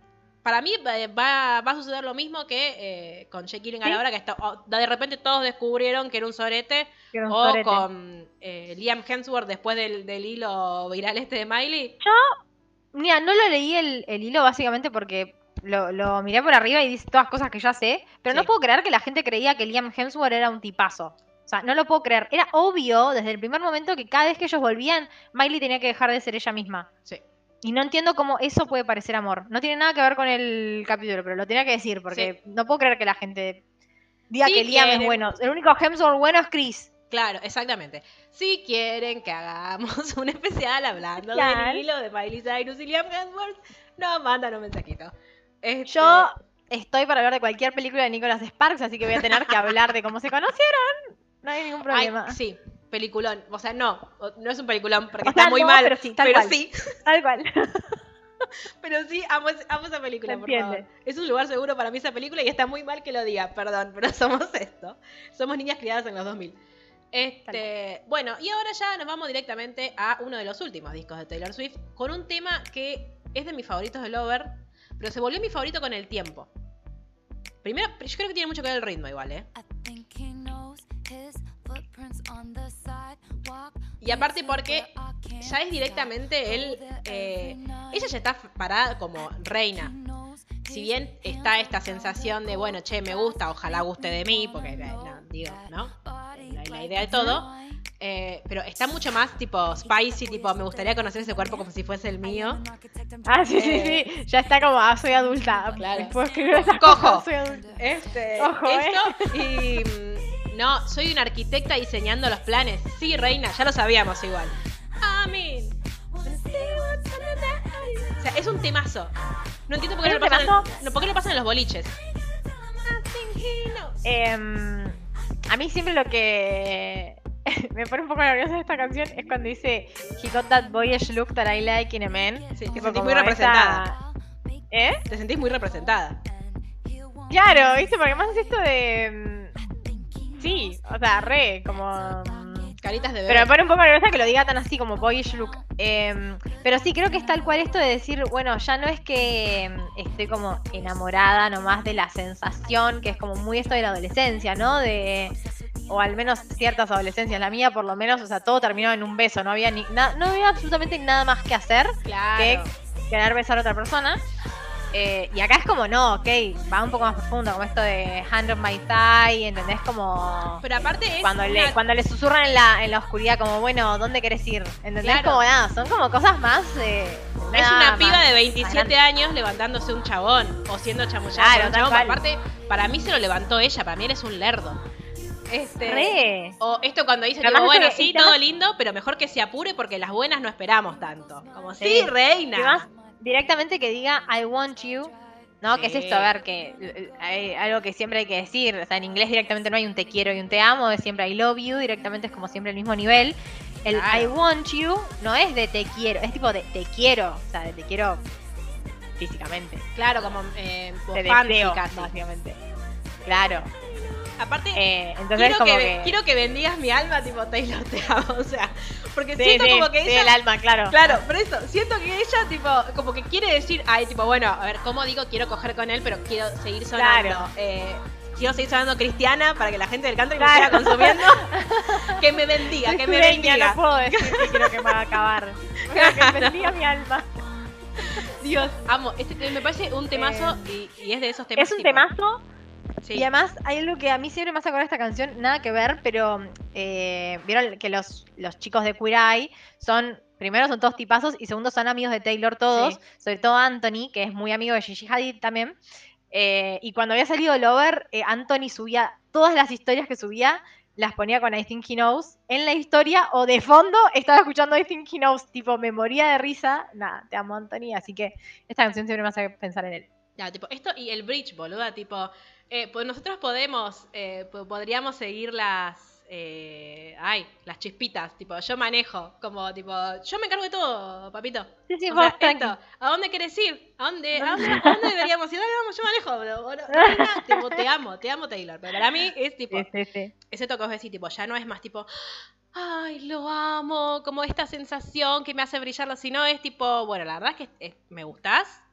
para mí va a suceder lo mismo que con Jake Gyllenhaal ahora, que de repente todos descubrieron que era un sorete, con Liam Hemsworth después del hilo viral de Miley. Mira, no lo leí el hilo básicamente porque lo miré por arriba y dice todas cosas que ya sé, pero no puedo creer que la gente creía que Liam Hemsworth era un tipazo. O sea, no lo puedo creer. Era obvio desde el primer momento que cada vez que ellos volvían, Miley tenía que dejar de ser ella misma. Sí. Y no entiendo cómo eso puede parecer amor. No tiene nada que ver con el capítulo, pero lo tenía que decir porque no puedo creer que la gente diga que Liam es bueno. El único Hemsworth bueno es Chris. Claro, exactamente. Si quieren que hagamos un especial hablando del hilo de Miley Cyrus y Liam Hemsworth, nos mandan un mensajito. Yo estoy para hablar de cualquier película de Nicholas Sparks, así que voy a tener que hablar de cómo se conocieron. No hay ningún problema. Ay, sí, peliculón. O sea, no es un peliculón porque está muy mal. Pero sí, tal cual. Pero sí, amo esa película, por favor. Es un lugar seguro para mí esa película y está muy mal que lo diga, perdón, pero somos esto. Somos niñas criadas en los 2000. Bueno, y ahora ya nos vamos directamente a uno de los últimos discos de Taylor Swift, con un tema que es de mis favoritos de Lover, pero se volvió mi favorito con el tiempo. Primero, yo creo que tiene mucho que ver el ritmo igual, Y aparte porque ya es directamente ella ya está parada como reina. Si bien está esta sensación de, bueno, che, me gusta, ojalá guste de mí, porque la idea de todo, pero está mucho más tipo spicy, tipo me gustaría conocer ese cuerpo como si fuese el mío. Ah, sí, ya está como, soy adulta. Claro. Puedo escribir esas Cojo. cosas, soy adulta. Ojo, esto y no, soy una arquitecta diseñando los planes. Sí, reina, ya lo sabíamos igual. Amén. O sea, es un temazo. No entiendo por qué no lo pasan en los boliches. A mí siempre lo que me pone un poco nerviosa de esta canción es cuando dice He got that boyish look that I like in a man. Sí, te sentís muy representada. Te sentís muy representada. Claro, ¿viste? Porque más es esto de... Sí, o sea, como... Caritas de bebé. Pero me pone un poco nerviosa que lo diga tan así como boyish look. Pero sí, creo que es tal cual esto de decir, bueno, ya no es que estoy como enamorada nomás de la sensación, que es como muy esto de la adolescencia, ¿no? O al menos ciertas adolescencias. La mía, por lo menos, o sea, todo terminó en un beso. No había absolutamente nada más que hacer que querer besar a otra persona. Y acá es como, no, ok, va un poco más profundo, como esto de hand on my thigh, ¿entendés? Como... Pero aparte es... Cuando le susurran en la oscuridad, como, bueno, ¿dónde querés ir? ¿Entendés? Claro. Como nada, son como cosas más... es una piba de 27 años levantándose un chabón, o siendo chamullada por un chabón. Aparte, para mí se lo levantó ella, para mí eres un lerdo. O esto cuando dice, tipo, bueno, sí, todo lindo, pero mejor que se apure porque las buenas no esperamos tanto. Como, sí, reina. Directamente que diga I want you, ¿no? Sí. Que es esto, a ver, que hay algo que siempre hay que decir, o sea, en inglés directamente no hay un te quiero y un te amo, es siempre I love you, directamente es como siempre el mismo nivel. El I want you no es de te quiero, es tipo de te quiero, o sea, de te quiero físicamente. Claro, como te deseo, básicamente. Claro. Aparte, entonces quiero que bendigas mi alma, tipo Taylor, te amo, o sea, porque siento como que ella... el alma, claro. Claro, por eso, siento que ella, tipo, como que quiere decir, tipo, bueno, a ver, ¿cómo digo quiero coger con él, pero quiero seguir sonando? Claro. Quiero seguir sonando cristiana para que la gente del country me siga consumiendo. Que me bendiga, que me bendiga. No puedo decir que quiero que me va a acabar. Quiero que me bendiga mi alma. Dios, amo, me parece un temazo y es de esos temas. Es un temazo. Sí. Y además hay algo que a mí siempre me hace acordar esta canción, nada que ver, pero vieron que los chicos de Queer Eye primero son todos tipazos y segundo son amigos de Taylor todos, sí. Sobre todo Anthony, que es muy amigo de Gigi Hadid también. Y cuando había salido Lover, Anthony subía todas las historias que subía, las ponía con I Think He Knows en la historia o de fondo estaba escuchando I Think He Knows, tipo me moría de risa. Nada, te amo Anthony, así que esta canción siempre me hace pensar en él. Ya, tipo, esto y el bridge, boluda, tipo... pues nosotros podríamos seguir las chispitas, tipo, yo manejo, como, tipo, yo me encargo de todo, papito. Sí, o sea, esto, ¿a dónde querés ir? ¿A dónde deberíamos ir? Dale, vamos, yo manejo, tipo, te amo Taylor, pero para mí es tipo, sí. ese toque es decir, tipo, ya no es más tipo, ay, lo amo, como esta sensación que me hace brillarlo, sino es tipo, bueno, la verdad es que me gustás,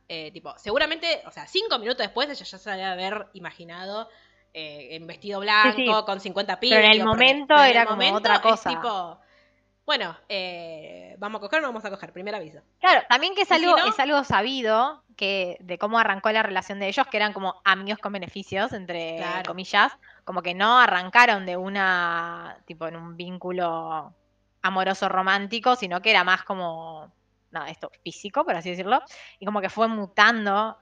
tipo, seguramente, o sea, 5 minutos después ella ya se debe haber imaginado en vestido blanco, Sí, sí. con 50 pibes. Pero en el digo, momento pero en era el como momento otra es cosa. tipo, bueno, ¿vamos a coger o no vamos a coger? Primer aviso. Claro, también que es Y si algo, no- es algo sabido que de cómo arrancó la relación de ellos, que eran como amigos con beneficios, entre Claro. comillas, como que no arrancaron de una, tipo, en un vínculo amoroso romántico, sino que era más como, nada, esto físico, por así decirlo, y como que fue mutando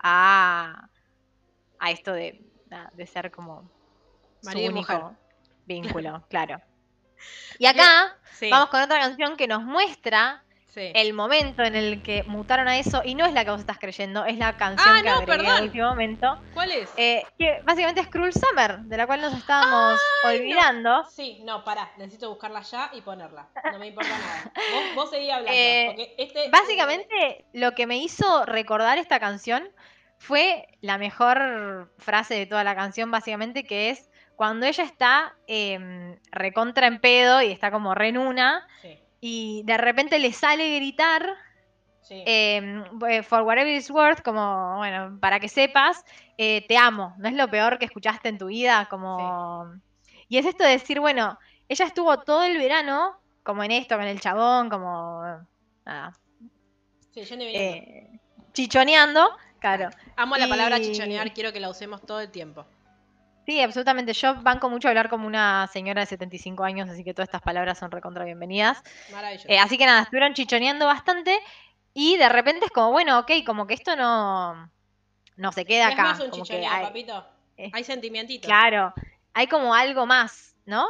a esto de, nada, de ser como su Marido y único mujer. vínculo, claro. Y acá Sí, vamos con otra canción que nos muestra sí. el momento en el que mutaron a eso, y no es la que vos estás creyendo, es la canción que no, agregué perdón. al último momento, ¿Cuál es? que básicamente es Cruel Summer, de la cual nos estábamos olvidando. Sí, no, pará, necesito buscarla ya y ponerla. No me importa nada. Vos seguí hablando. Porque Básicamente lo que me hizo recordar esta canción fue la mejor frase de toda la canción, básicamente, que es cuando ella está recontra en pedo y está como re en una, Sí, y de repente le sale gritar sí. for whatever it's worth, como, bueno, para que sepas, te amo, no es lo peor que escuchaste en tu vida, como... Y es esto de decir, bueno, ella estuvo todo el verano, como en esto, con el chabón, como, nada, Sí, yendo y viniendo. chichoneando, claro. Amo la palabra Y- chichonear, quiero que la usemos todo el tiempo. Sí, absolutamente, yo banco mucho hablar como una señora de 75 años, así que todas estas palabras son recontra bienvenidas. Maravilloso. Así que nada, estuvieron chichoneando bastante y de repente es como, bueno, ok, como que esto no se queda es acá. más un como que chichoneo, hay, papito. eh, Hay sentimientitos. claro, hay como algo más, ¿no?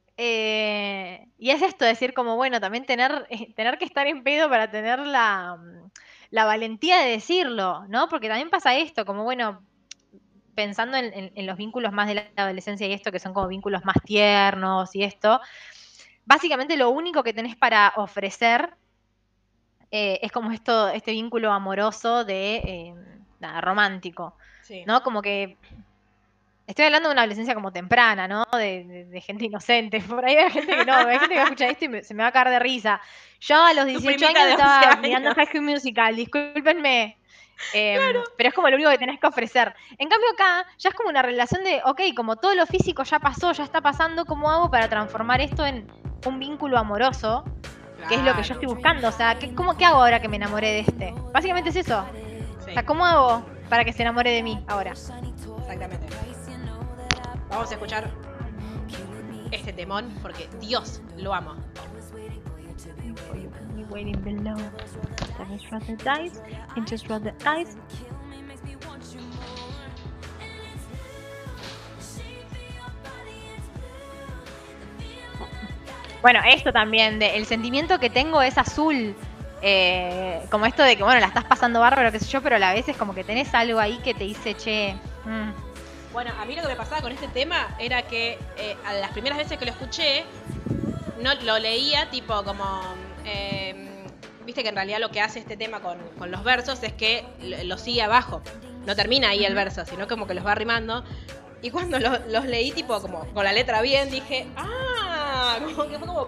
Y es esto, decir como, bueno, también tener que estar en pedo para tener la valentía de decirlo, ¿no? Porque también pasa esto, como, bueno, pensando en los vínculos más de la adolescencia y esto, que son como vínculos más tiernos y esto, básicamente lo único que tenés para ofrecer es como este vínculo amoroso de nada, romántico, Sí. ¿no? Como que estoy hablando de una adolescencia como temprana, ¿no? De gente inocente. Por ahí hay gente que no, hay gente que va a escuchar esto y se me va a caer de risa. Yo a los 18 primita años de 11 estaba años. mirando High School Musical, discúlpenme. Pero es como lo único que tenés que ofrecer. En cambio acá ya es como una relación de, ok, como todo lo físico ya pasó, ya está pasando, ¿cómo hago para transformar esto en un vínculo amoroso? Que es lo que yo estoy buscando. O sea, ¿qué hago ahora que me enamoré de este? Básicamente es eso. Sí, O sea, ¿cómo hago para que se enamore de mí ahora? exactamente. Vamos a escuchar este temón porque Dios lo amo. Waiting below. Just roll the dice and just roll the dice. Bueno, esto también, el sentimiento que tengo es azul. Como esto de que, bueno, la estás pasando bárbaro, qué sé yo, pero a la vez es como que tenés algo ahí que te dice, che. Bueno, a mí lo que me pasaba con este tema era que a las primeras veces que lo escuché, no lo leía tipo como... Viste que en realidad lo que hace este tema con los versos es que lo sigue abajo. No termina ahí el verso, sino como que los va rimando. Y cuando los leí tipo como con la letra bien, dije, ¡ah! Como que fue como...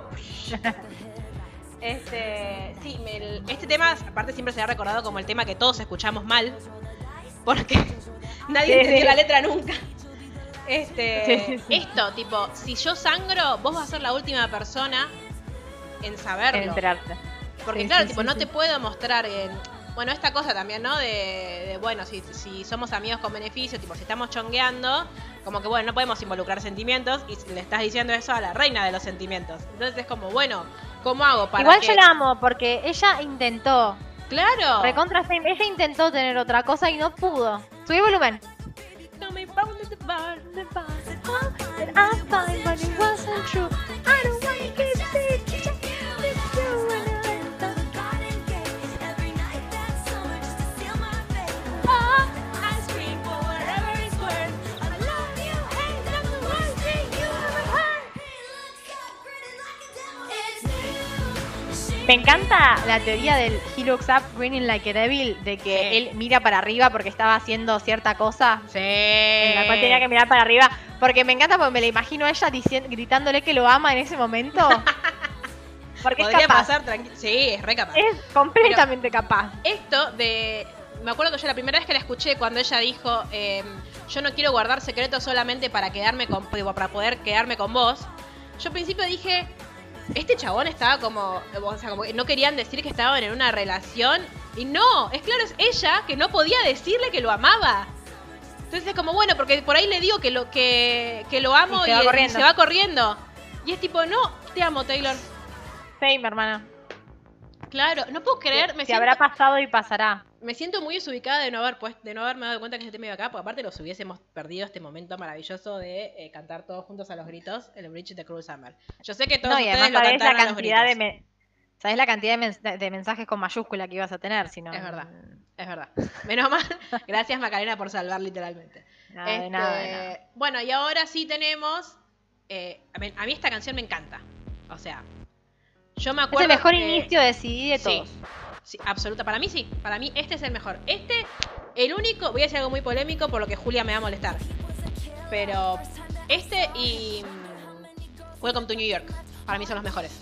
Sí, este tema aparte siempre se ha recordado como el tema que todos escuchamos mal. Porque nadie entendió la letra nunca. Sí. Esto, tipo, si yo sangro, vos vas a ser la última persona en saberlo. Enterarte. Porque Sí, claro, sí, tipo, sí, no sí. te puedo mostrar bueno, esta cosa también, ¿no? De bueno, si somos amigos con beneficio, tipo, si estamos chongueando, como que bueno, no podemos involucrar sentimientos y le estás diciendo eso a la reina de los sentimientos. Entonces es como, bueno, ¿cómo hago para Igual que... yo la amo porque ella intentó. ¡Claro! Recontra Fame, ella intentó tener otra cosa y no pudo. Subí volumen. Me encanta la teoría del he looks up grinning like a devil, de que Sí. él mira para arriba porque estaba haciendo cierta cosa Sí. en la cual tenía que mirar para arriba. Porque me encanta porque me la imagino a ella gritándole que lo ama en ese momento. Porque Podría es capaz. pasar tranquilo. Sí, es re capaz. Es completamente capaz. Esto de me acuerdo que yo la primera vez que la escuché, cuando ella dijo, yo no quiero guardar secretos solamente para para poder quedarme con vos, yo al principio dije, este chabón estaba como, o sea, como que no querían decir que estaban en una relación, y no, es claro, es ella que no podía decirle que lo amaba. Entonces es como, bueno, porque por ahí le digo que lo amo y se va corriendo. Y es tipo, no, te amo, Taylor. Sí, mi hermana. Claro, no puedo creer, Se habrá pasado y pasará. me siento muy desubicada de no haberme dado cuenta que ese tema iba acá, porque aparte los hubiésemos perdido este momento maravilloso de cantar todos juntos a los gritos el Bridge de Cruel Summer. Yo sé que todos ustedes lo cantaron a los gritos. ¿Sabés la cantidad de mensajes con mayúscula que ibas a tener? Si no, es verdad. Menos mal. Gracias, Macarena, por salvar literalmente. De nada. Bueno, y ahora sí tenemos... a mí esta canción me encanta. O sea, yo me acuerdo... Es el mejor inicio de CD de todos. Sí, absoluta. Para mí sí. Para mí este es el mejor. El único... Voy a decir algo muy polémico por lo que Julia me va a molestar. Pero este y... Welcome to New York. Para mí son los mejores.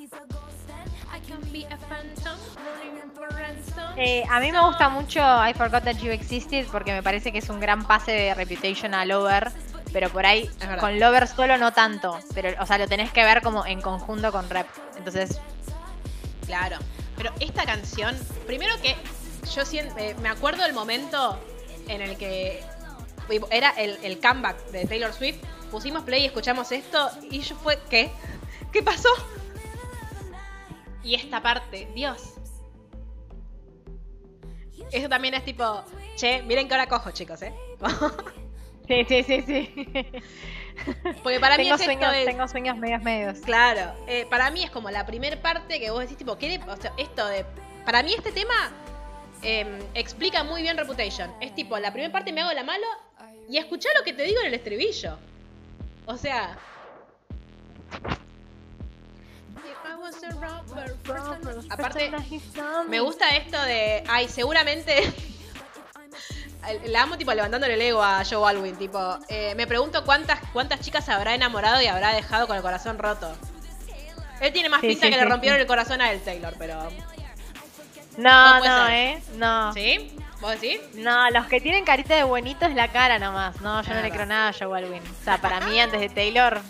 A mí me gusta mucho I Forgot That You Existed porque me parece que es un gran pase de Reputation a Lover, pero por ahí con Lover solo no tanto, pero o sea, lo tenés que ver como en conjunto con Rep. Entonces, claro, pero esta canción, primero que yo me acuerdo del momento en el que era el comeback de Taylor Swift, pusimos play y escuchamos esto y yo fue, ¿qué? ¿Qué pasó? Y esta parte, Dios. Eso también es tipo, che, miren que ahora cojo, chicos, ¿eh? Sí. Porque para mí es tengo sueños medios. Claro, para mí es como la primer parte que vos decís, tipo, o sea, esto de... Para mí este tema explica muy bien Reputation. Es tipo, la primera parte me hago la malo y escuchá lo que te digo en el estribillo. O sea... Aparte, me gusta esto de... Ay, seguramente... La amo tipo levantándole el ego a Joe Alwyn. Tipo, me pregunto cuántas chicas habrá enamorado y habrá dejado con el corazón roto. Él tiene más pinta que le rompieron el corazón a él, Taylor, pero... No. ¿Sí? ¿Vos decís? No, los que tienen carita de buenito es la cara nomás. No, yo no le creo nada a Joe Alwyn. O sea, para mí antes de Taylor...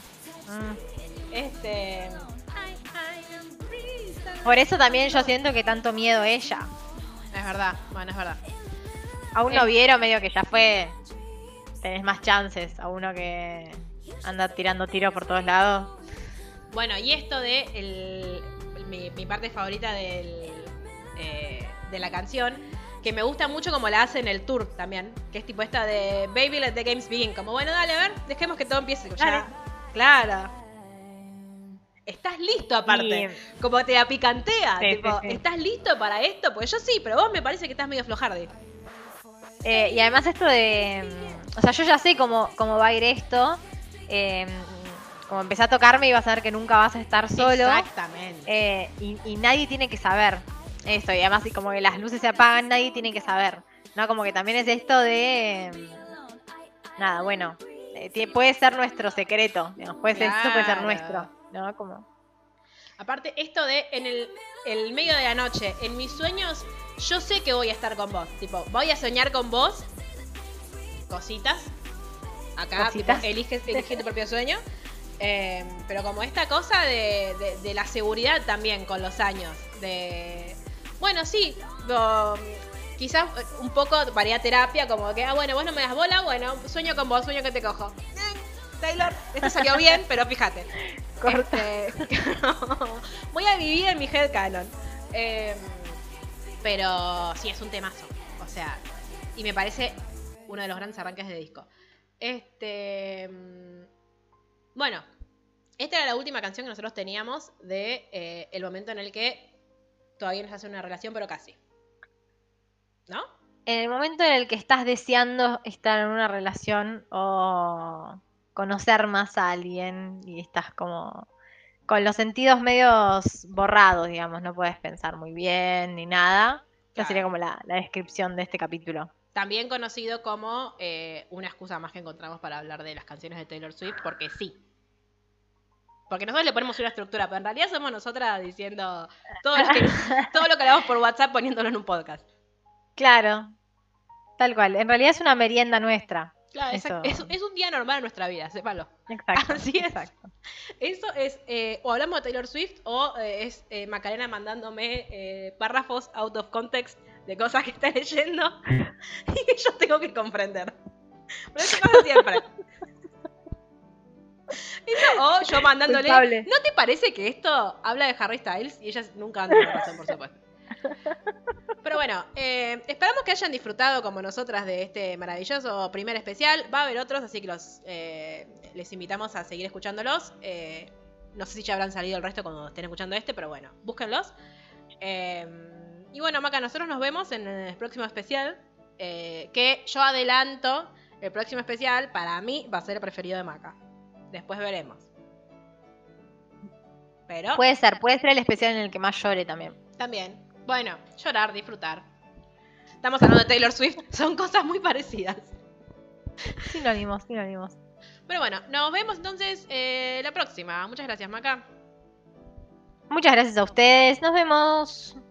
Por eso también yo siento que tanto miedo ella. Es verdad, bueno, es verdad. A un noviero medio que ya fue, tenés más chances. A uno que anda tirando tiros por todos lados. Bueno, y esto de mi parte favorita de la canción, que me gusta mucho como la hace en el tour también, que es tipo esta de Baby Let the Games Begin. Como, bueno, dale, a ver, dejemos que todo empiece. Ya. Claro. Estás listo aparte, como te apicantea, tipo, sí. ¿Estás listo para esto? Pues yo sí, pero vos me parece que estás medio flojardi. Y además esto de, o sea, yo ya sé cómo va a ir esto, como empecé a tocarme y vas a ver que nunca vas a estar solo. Exactamente. Y nadie tiene que saber esto, y además como que las luces se apagan, nadie tiene que saber, ¿no? Como que también es esto de, nada, bueno, puede ser nuestro secreto, digamos, esto puede ser nuestro. ¿No? Como... Aparte, esto de en el medio de la noche, en mis sueños, yo sé que voy a estar con vos. Tipo, voy a soñar con vos. Cositas. Acá, tipo, elige tu propio sueño. Pero como esta cosa de la seguridad también con los años. Bueno, sí. Quizás un poco para terapia, como que, bueno, vos no me das bola, bueno, sueño con vos, sueño que te cojo. Taylor, esto salió bien, pero fíjate. Voy a vivir en mi headcanon. Pero sí, es un temazo. O sea, y me parece uno de los grandes arranques de disco. Bueno, esta era la última canción que nosotros teníamos de el momento en el que todavía no se hace una relación, pero casi. ¿No? En el momento en el que estás deseando estar en una relación o conocer más a alguien y estás como con los sentidos medios borrados, digamos, no puedes pensar muy bien ni nada. Esa sería como la descripción de este capítulo. También conocido como una excusa más que encontramos para hablar de las canciones de Taylor Swift, porque sí. Porque nosotros le ponemos una estructura, pero en realidad somos nosotras diciendo todo lo que hablamos por WhatsApp poniéndolo en un podcast. Claro, Tal cual. En realidad es una merienda nuestra. Claro, Eso. es un día normal en nuestra vida, sépalo. Exacto. Así es. Exacto. Eso es, o hablamos de Taylor Swift o es Macarena mandándome párrafos out of context de cosas que está leyendo y que yo tengo que comprender. Pero eso pasa siempre. Eso, o yo mandándole, Culpable. ¿no te parece que esto habla de Harry Styles? Y ellas nunca han tenido razón, por supuesto. Pero bueno, esperamos que hayan disfrutado como nosotras de este maravilloso primer especial. Va a haber otros, así que les invitamos a seguir escuchándolos. No sé si ya habrán salido el resto cuando estén escuchando este, pero bueno, búsquenlos. Y bueno, Maca, nosotros nos vemos en el próximo especial. Que yo adelanto, el próximo especial para mí va a ser el preferido de Maca. Después veremos. Pero Puede ser el especial en el que más llore también. también, bueno, llorar, disfrutar. Estamos hablando de Taylor Swift, son cosas muy parecidas. Sinónimos. Pero bueno, nos vemos entonces la próxima. Muchas gracias, Maca. Muchas gracias a ustedes. Nos vemos.